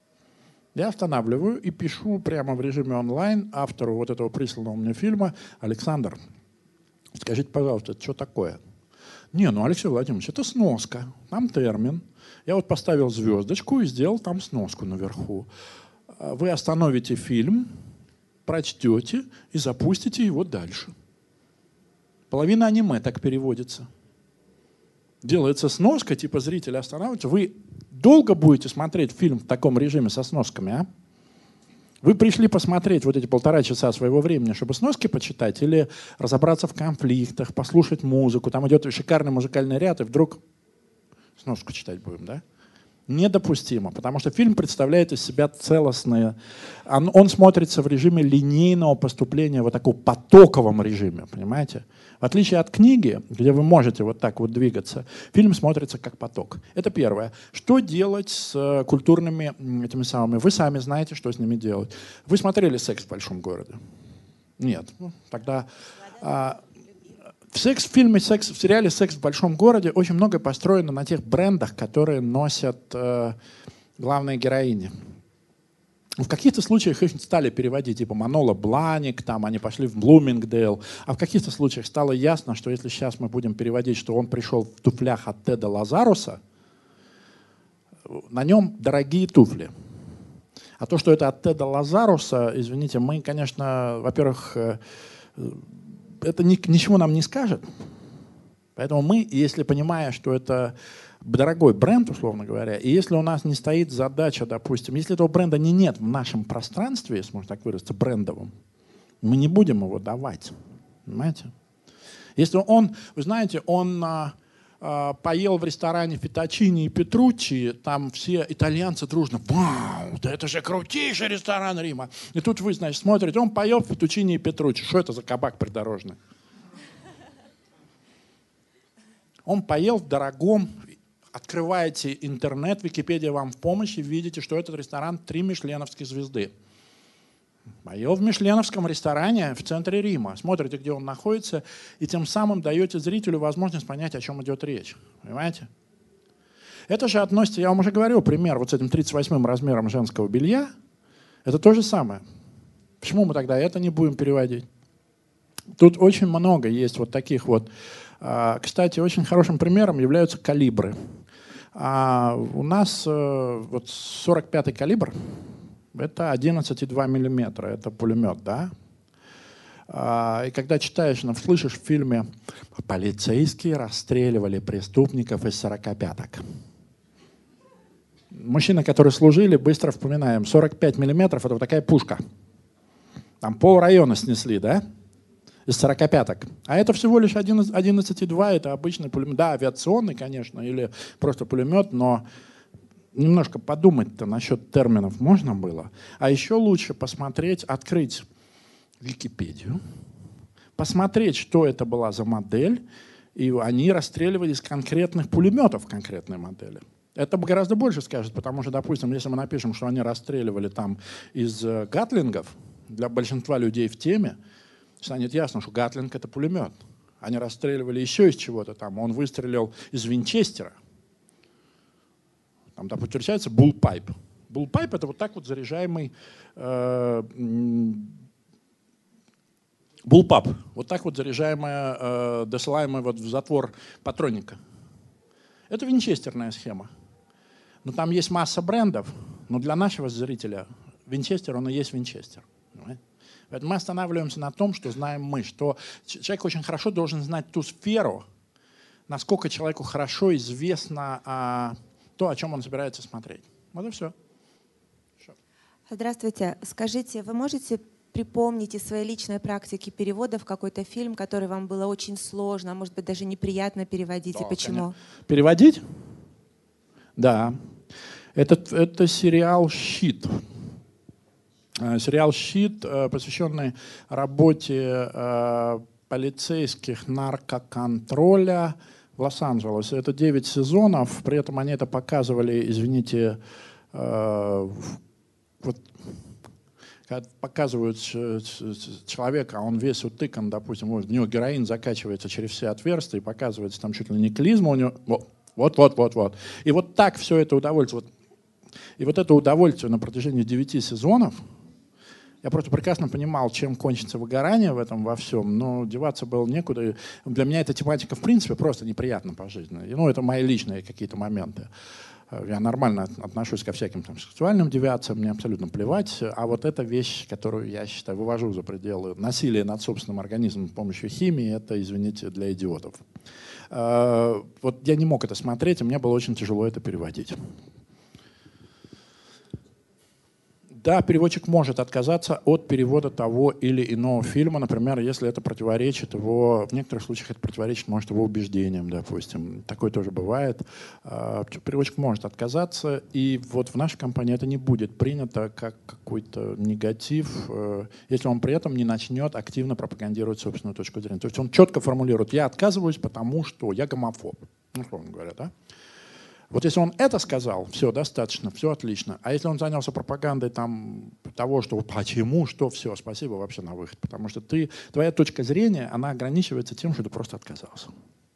Я останавливаю и пишу прямо в режиме онлайн автору вот этого присланного мне фильма: Александр, скажите, пожалуйста, это что такое? Не, ну, Алексей Владимирович, это сноска, там термин. Я вот поставил звездочку и сделал там сноску наверху. Вы остановите фильм, прочтете и запустите его дальше. Половина аниме так переводится. Делается сноска, типа зритель останавливается. Вы долго будете смотреть фильм в таком режиме со сносками, а? Вы пришли посмотреть вот эти полтора часа своего времени, чтобы сноски почитать, или разобраться в конфликтах, послушать музыку. Там идет шикарный музыкальный ряд, и вдруг сноску читать будем, да? Недопустимо, потому что фильм представляет из себя целостное. Он, он смотрится в режиме линейного поступления, вот таком потоковом режиме, понимаете? В отличие от книги, где вы можете вот так вот двигаться, фильм смотрится как поток. Это первое. Что делать с культурными этими самыми? Вы сами знаете, что с ними делать. Вы смотрели «Секс в большом городе»? Нет. Ну, тогда... А, В, секс, в фильме секс, в сериале «Секс в большом городе» очень многое построено на тех брендах, которые носят э, главные героини. В каких-то случаях их стали переводить, типа Манола Бланик, там они пошли в Блумингдейл, а в каких-то случаях стало ясно, что если сейчас мы будем переводить, что он пришел в туфлях от Теда Лазаруса, на нем дорогие туфли. А то, что это от Теда Лазаруса, извините, мы, конечно, во-первых, э, это ни, ничего нам не скажет. Поэтому мы, если понимая, что это дорогой бренд, условно говоря, и если у нас не стоит задача, допустим, если этого бренда не нет в нашем пространстве, если можно так выразиться, брендовом, мы не будем его давать. Понимаете? Если он, вы знаете, он а, а, поел в ресторане фетточини и петруччи, там все итальянцы дружно: вау, да это же крутейший ресторан Рима. И тут вы, значит, смотрите, он поел фетточини и петруччи. Что это за кабак придорожный? Он поел в дорогом, открываете интернет, Википедия вам в помощь, и видите, что этот ресторан три мишленовские звезды. Поел в мишленовском ресторане в центре Рима. Смотрите, где он находится, и тем самым даете зрителю возможность понять, о чем идет речь. Понимаете? Это же относится, я вам уже говорил, пример вот с этим тридцать восьмым размером женского белья. Это то же самое. Почему мы тогда это не будем переводить? Тут очень много есть вот таких вот. Кстати, очень хорошим примером являются калибры. У нас вот сорок пятый калибр. Это одиннадцать и два миллиметра, это пулемет, да? И когда читаешь, слышишь в фильме: полицейские расстреливали преступников из сорокопяток. Мужчины, которые служили, быстро вспоминаем: сорок пять миллиметров — это вот такая пушка. Там пол района снесли, да? Из сорокопяток. А это всего лишь одиннадцать и два, это обычный пулемет. Да, авиационный, конечно, или просто пулемет, но немножко подумать-то насчет терминов можно было. А еще лучше посмотреть, открыть Википедию, посмотреть, что это была за модель, и они расстреливали из конкретных пулеметов конкретной модели. Это гораздо больше скажет, потому что, допустим, если мы напишем, что они расстреливали там из гатлингов, для большинства людей в теме станет ясно, что гатлинг — это пулемет. Они расстреливали еще из чего-то там. Он выстрелил из винчестера. Там, допустим, встречается буллпайп. Буллпайп — это вот так вот заряжаемый э, буллпап. Вот так вот заряжаемая, э, досылаемая вот в затвор патронника. Это винчестерная схема. Но там есть масса брендов. Но для нашего зрителя винчестер, он и есть винчестер. Понимаете? Поэтому мы останавливаемся на том, что знаем мы, что человек очень хорошо должен знать ту сферу, насколько человеку хорошо известно а, то, о чем он собирается смотреть. Вот и все. Здравствуйте. Скажите, вы можете припомнить из своей личной практики перевода в какой-то фильм, который вам было очень сложно, а может быть даже неприятно переводить, да, и почему? Конечно. Переводить? Да. Это, это сериал «Щит». Сериал «Щит», посвященный работе полицейских наркоконтроля в Лос-Анджелесе. Это девять сезонов, при этом они это показывали, извините, э, вот, когда показывают человека, а он весь утыкан, допустим, у него героин закачивается через все отверстия, и показывается там чуть ли не клизма у него. Вот, вот, вот, вот. И вот так все это удовольствие. Вот, и вот это удовольствие на протяжении девяти сезонов, я просто прекрасно понимал, чем кончится выгорание в этом во всем, но деваться было некуда. Для меня эта тематика, в принципе, просто неприятна по жизни. Ну, это мои личные какие-то моменты. Я нормально отношусь ко всяким там сексуальным девиациям, мне абсолютно плевать. А вот эта вещь, которую я считаю, вывожу за пределы насилия над собственным организмом с помощью химии, это, извините, для идиотов. Вот я не мог это смотреть, и мне было очень тяжело это переводить. Да, переводчик может отказаться от перевода того или иного фильма, например, если это противоречит его, в некоторых случаях это противоречит, может, его убеждениям, допустим. Такое тоже бывает. Переводчик может отказаться, и вот в нашей компании это не будет принято как какой-то негатив, если он при этом не начнет активно пропагандировать собственную точку зрения. То есть он четко формулирует: я отказываюсь, потому что я гомофоб. Ну, условно говоря, да? Вот если он это сказал, все, достаточно, все отлично. А если он занялся пропагандой там, того, что почему, что, все, спасибо, вообще на выход. Потому что ты, твоя точка зрения, она ограничивается тем, что ты просто отказался.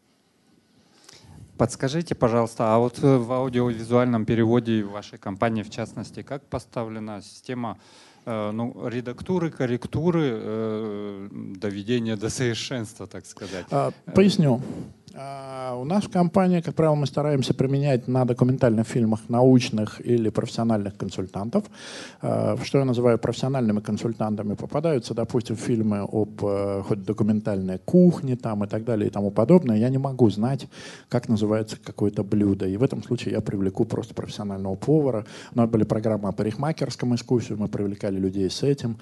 Подскажите, пожалуйста, а вот в аудиовизуальном переводе в вашей компании, в частности, как поставлена система э, ну, редактуры, корректуры, э, доведения до совершенства, так сказать? А, поясню. А у нас в компании, как правило, мы стараемся применять на документальных фильмах научных или профессиональных консультантов. Что я называю профессиональными консультантами? Попадаются, допустим, фильмы об хоть документальной кухне там, и так далее и тому подобное. Я не могу знать, как называется какое-то блюдо. И в этом случае я привлеку просто профессионального повара. У нас были программы о парикмахерском искусстве, мы привлекали людей с этим.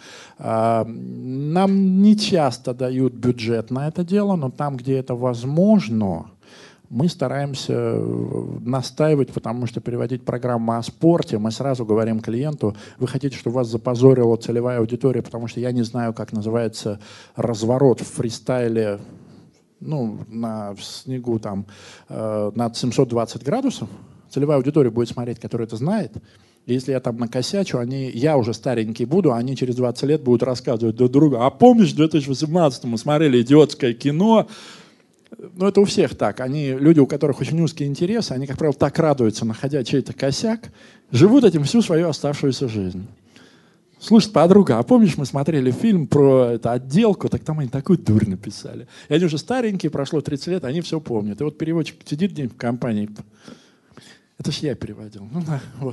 Нам не часто дают бюджет на это дело, но там, где это возможно, мы стараемся настаивать, потому что переводить программу о спорте, мы сразу говорим клиенту: вы хотите, чтобы вас запозорила целевая аудитория, потому что я не знаю, как называется разворот в фристайле, ну, на, в снегу там, э, над семьсот двадцать градусов. Целевая аудитория будет смотреть, которая это знает. И если я там накосячу, они, я уже старенький буду, а они через двадцать лет будут рассказывать друг другу: а помнишь, в две тысячи восемнадцатом мы смотрели идиотское кино? Ну, это у всех так. Они, люди, у которых очень узкие интересы, они, как правило, так радуются, находя чей-то косяк, живут этим всю свою оставшуюся жизнь. Слушай, подруга, а помнишь, мы смотрели фильм про эту отделку, так там они такую дурь написали. И они уже старенькие, прошло тридцать лет, они все помнят. И вот переводчик сидит где-нибудь в компании. Это ж я переводил. Ну да, вот.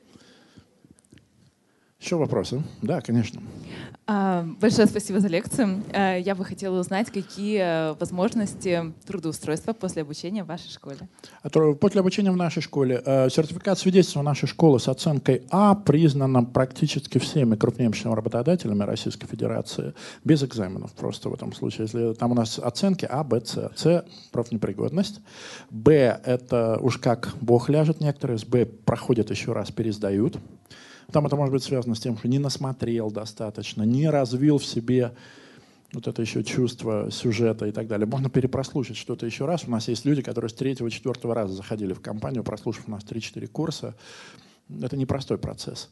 Еще вопросы? Да, конечно. Большое спасибо за лекцию. Я бы хотела узнать, какие возможности трудоустройства после обучения в вашей школе. После обучения в нашей школе. Сертификат свидетельства нашей школы с оценкой А признана практически всеми крупнейшими работодателями Российской Федерации без экзаменов. Просто в этом случае. Если там у нас оценки А, Б, С. С – профнепригодность. Б – это уж как Бог ляжет некоторые. С Б проходят еще раз, пересдают. Там это может быть связано с тем, что не насмотрел достаточно, не развил в себе вот это еще чувство сюжета и так далее. Можно перепрослушать что-то еще раз. У нас есть люди, которые с третьего, четвертого раза заходили в компанию, прослушав у нас три-четыре курса. Это непростой процесс.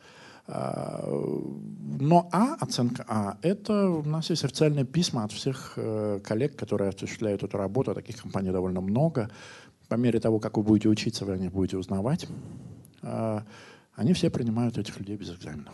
Но А, оценка А, это у нас есть официальные письма от всех коллег, которые осуществляют эту работу. Таких компаний довольно много. По мере того, как вы будете учиться, вы о них будете узнавать. Они все принимают этих людей без экзаменов.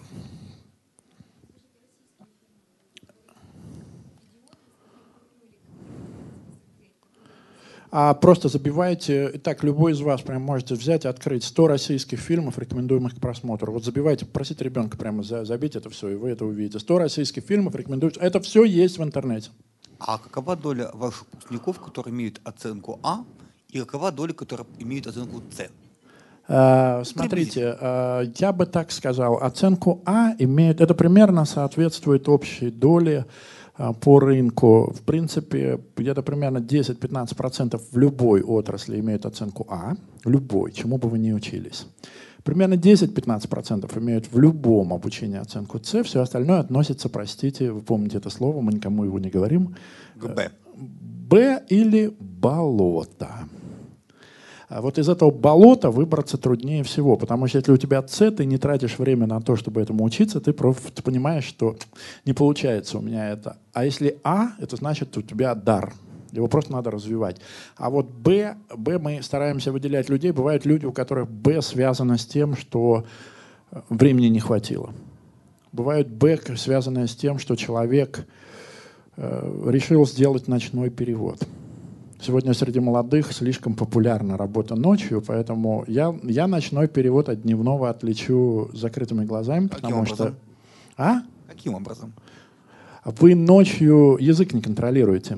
А просто забивайте, итак, любой из вас прям можете взять и открыть сто российских фильмов, рекомендуемых к просмотру. Вот забивайте, просите ребенка прямо забить это все, и вы это увидите. сто российских фильмов рекомендуется. Это все есть в интернете. А какова доля ваших выпускников, которые имеют оценку А, и какова доля, которые имеют оценку С? Uh, смотрите, uh, я бы так сказал, оценку А имеет, это примерно соответствует общей доле uh, по рынку. В принципе, где-то примерно десять-пятнадцать процентов в любой отрасли имеют оценку А, в любой, чему бы вы ни учились. Примерно десять-пятнадцать процентов имеют в любом обучении оценку С, все остальное относится, простите, вы помните это слово, мы никому его не говорим. К Б. Б или болото. А вот из этого болота выбраться труднее всего, потому что если у тебя С, ты не тратишь время на то, чтобы этому учиться, ты, просто, ты понимаешь, что не получается у меня это. А если А, это значит, у тебя дар. Его просто надо развивать. А вот Б, Б мы стараемся выделять людей. Бывают люди, у которых Б связано с тем, что времени не хватило. Бывают Б, связанные с тем, что человек э, решил сделать ночной перевод. Сегодня среди молодых слишком популярна работа ночью, поэтому я, я ночной перевод от дневного отличу с закрытыми глазами. Каким потому образом? Что... А? Каким образом? Вы ночью язык не контролируете.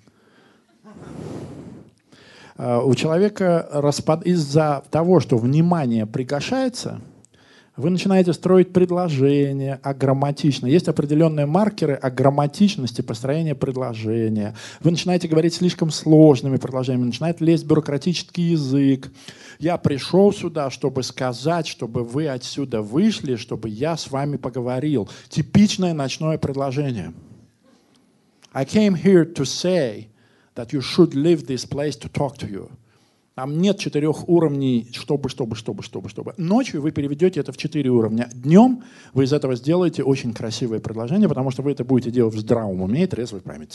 У человека распад... из-за того, что внимание пригашается, вы начинаете строить предложения аграмматично. Есть определенные маркеры аграмматичности построения предложения. Вы начинаете говорить слишком сложными предложениями, начинает лезть бюрократический язык. Я пришел сюда, чтобы сказать, чтобы вы отсюда вышли, чтобы я с вами поговорил. Типичное ночное предложение. I came here to say that you should leave this place to talk to you. Там нет четырех уровней, чтобы, чтобы, чтобы, чтобы, чтобы. Ночью вы переведете это в четыре уровня. Днем вы из этого сделаете очень красивое предложение, потому что вы это будете делать в здравом уме и трезвой памяти.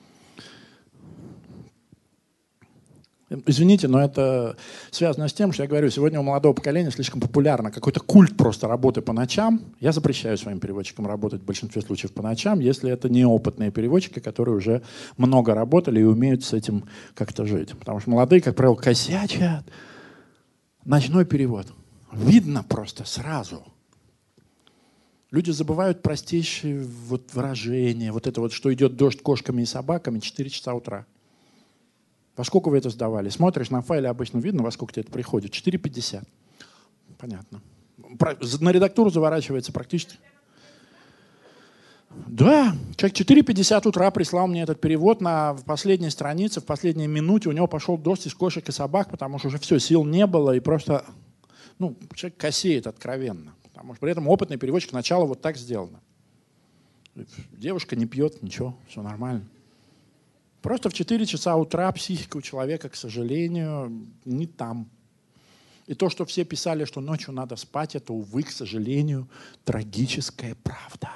Извините, но это связано с тем, что я говорю, сегодня у молодого поколения слишком популярно какой-то культ просто работы по ночам. Я запрещаю своим переводчикам работать в большинстве случаев по ночам, если это неопытные переводчики, которые уже много работали и умеют с этим как-то жить. Потому что молодые, как правило, косячат. Ночной перевод. Видно просто сразу. Люди забывают простейшие вот выражения, вот это вот, что идет дождь кошками и собаками, четыре часа утра. Во сколько вы это сдавали? Смотришь на файле, обычно видно, во сколько тебе это приходит. четыре пятьдесят. Понятно. На редактуру заворачивается практически. Да, человек четыре пятьдесят утра прислал мне этот перевод на последней странице, в последней минуте. У него пошел дождь из кошек и собак, потому что уже все, сил не было. И просто, ну, человек косеет откровенно. Потому что при этом опытный переводчик сначала вот так сделано. Девушка не пьет, ничего, все нормально. Просто в четыре часа утра психика у человека, к сожалению, не там. И то, что все писали, что ночью надо спать, это, увы, к сожалению, трагическая правда.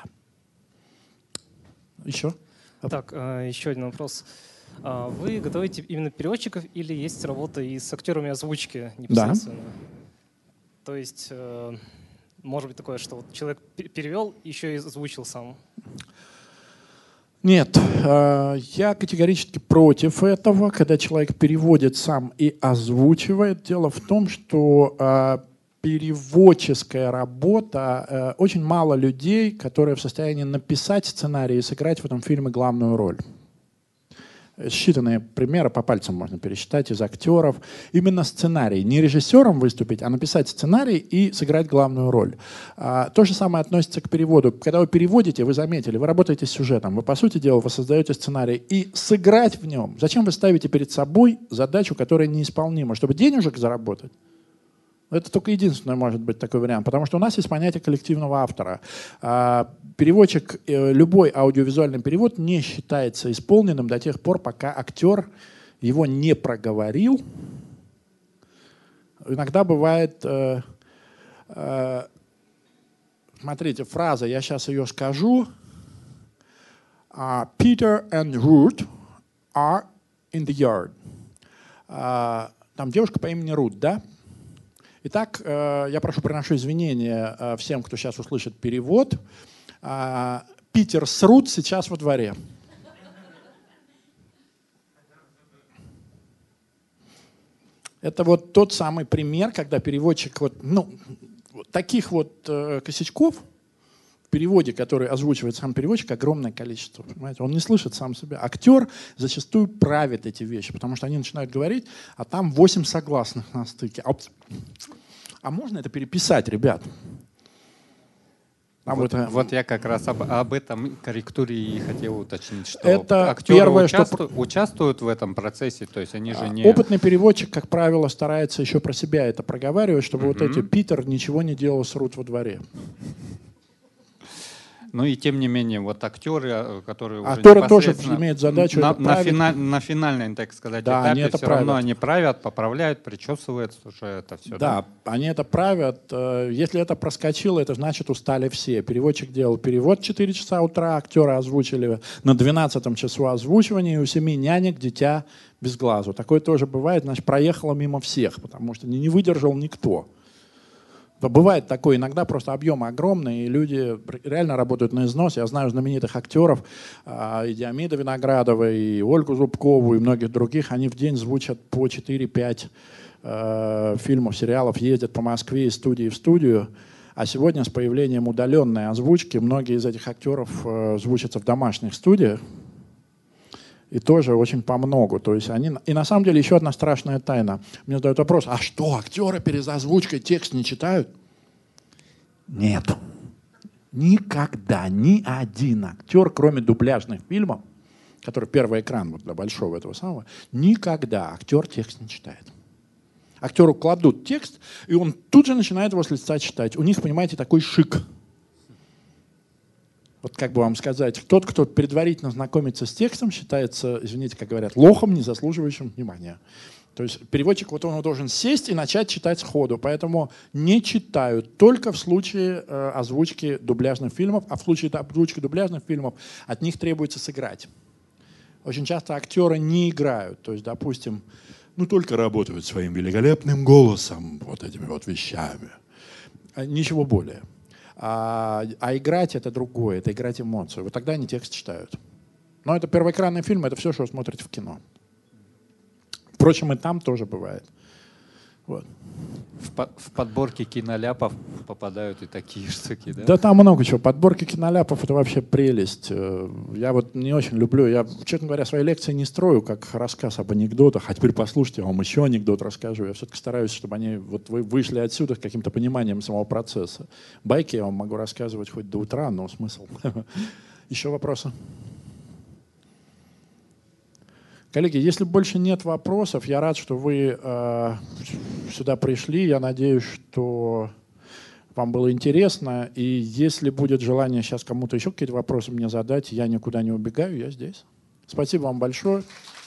Еще? Так, еще один вопрос. Вы готовите именно переводчиков или есть работа и с актерами озвучки непосредственно? Да. То есть, может быть такое, что вот человек перевел, еще и озвучил сам? Нет, я категорически против этого, когда человек переводит сам и озвучивает. Дело в том, что переводческая работа, очень мало людей, которые в состоянии написать сценарий и сыграть в этом фильме главную роль. Считанные примеры по пальцам можно пересчитать из актеров. Именно сценарий. Не режиссером выступить, а написать сценарий и сыграть главную роль. А, то же самое относится к переводу. Когда вы переводите, вы заметили, вы работаете с сюжетом. Вы, по сути дела, вы создаете сценарий. И сыграть в нем. Зачем вы ставите перед собой задачу, которая неисполнима? Чтобы денежек заработать? Это только единственный может быть такой вариант, потому что у нас есть понятие коллективного автора. Переводчик, любой аудиовизуальный перевод не считается исполненным до тех пор, пока актер его не проговорил. Иногда бывает, смотрите, фраза, я сейчас ее скажу. Peter and Ruth are in the yard. Там девушка по имени Рут, да? Итак, я прошу, приношу извинения всем, кто сейчас услышит перевод. Питер с Рут сейчас во дворе. Это вот тот самый пример, когда переводчик, вот, ну, таких вот косячков в переводе, который озвучивает сам переводчик, огромное количество. Понимаете? Он не слышит сам себя. Актер зачастую правит эти вещи, потому что они начинают говорить, а там восемь согласных на стыке. А можно это переписать, ребят? А вот, вот, вот я как раз об, об этом корректуре и хотел уточнить, что это актеры первое, участву, что... участвуют в этом процессе, то есть они же не... Опытный переводчик, как правило, старается еще про себя это проговаривать, чтобы Mm-hmm. вот эти «Питер ничего не делал с Рут во дворе». Ну и тем не менее, вот актеры, которые уже актеры тоже имеют задачу на, это на, фина, на финальной, так сказать, да, этапе они это все правят. равно они правят, поправляют, причесывают уже это все. Да, да, они это правят. Если это проскочило, это значит устали все. Переводчик делал перевод в четыре часа утра, актеры озвучили на двенадцатом часу озвучивания, и у семи нянек дитя без глазу. Такое тоже бывает, значит, проехало мимо всех, потому что не выдержал никто. Бывает такое, иногда просто объемы огромные, и люди реально работают на износ. Я знаю знаменитых актеров, и Диомида Виноградова, и Ольгу Зубкову, и многих других. Они в день звучат по четыре-пять э, фильмов, сериалов, ездят по Москве из студии в студию. А сегодня с появлением удаленной озвучки многие из этих актеров э, звучатся в домашних студиях. И тоже очень по многу. То есть они... И на самом деле еще одна страшная тайна. Мне задают вопрос, а что, актеры перед озвучкой текст не читают? Нет. Никогда ни один актер, кроме дубляжных фильмов, который первый экран вот для большого этого самого, никогда актер текст не читает. Актеру кладут текст, и он тут же начинает его с лица читать. У них, понимаете, такой шик. Вот как бы вам сказать, тот, кто предварительно знакомится с текстом, считается, извините, как говорят, лохом, не заслуживающим внимания. То есть переводчик, вот он должен сесть и начать читать сходу. Поэтому не читают только в случае э, озвучки дубляжных фильмов, а в случае озвучки дубляжных фильмов от них требуется сыграть. Очень часто актеры не играют. То есть, допустим, ну только работают своим великолепным голосом, вот этими вот вещами. Ничего более. А, а играть это другое, это играть эмоцию. Вот тогда они текст читают. Но это первоэкранный фильм, это все, что вы смотрите в кино. Впрочем, и там тоже бывает. Вот. В, по в подборке киноляпов попадают и такие штуки, да? Да там много чего. Подборки киноляпов — это вообще прелесть. Я вот не очень люблю. Я, честно говоря, свои лекции не строю как рассказ об анекдотах. А теперь послушайте, я вам еще анекдот расскажу. Я все-таки стараюсь, чтобы они вот вы вышли отсюда с каким-то пониманием самого процесса. Байки я вам могу рассказывать хоть до утра, но смысл. Еще вопросы? Коллеги, если больше нет вопросов, я рад, что вы э, сюда пришли. Я надеюсь, что вам было интересно. И если будет желание сейчас кому-то еще какие-то вопросы мне задать, я никуда не убегаю, я здесь. Спасибо вам большое.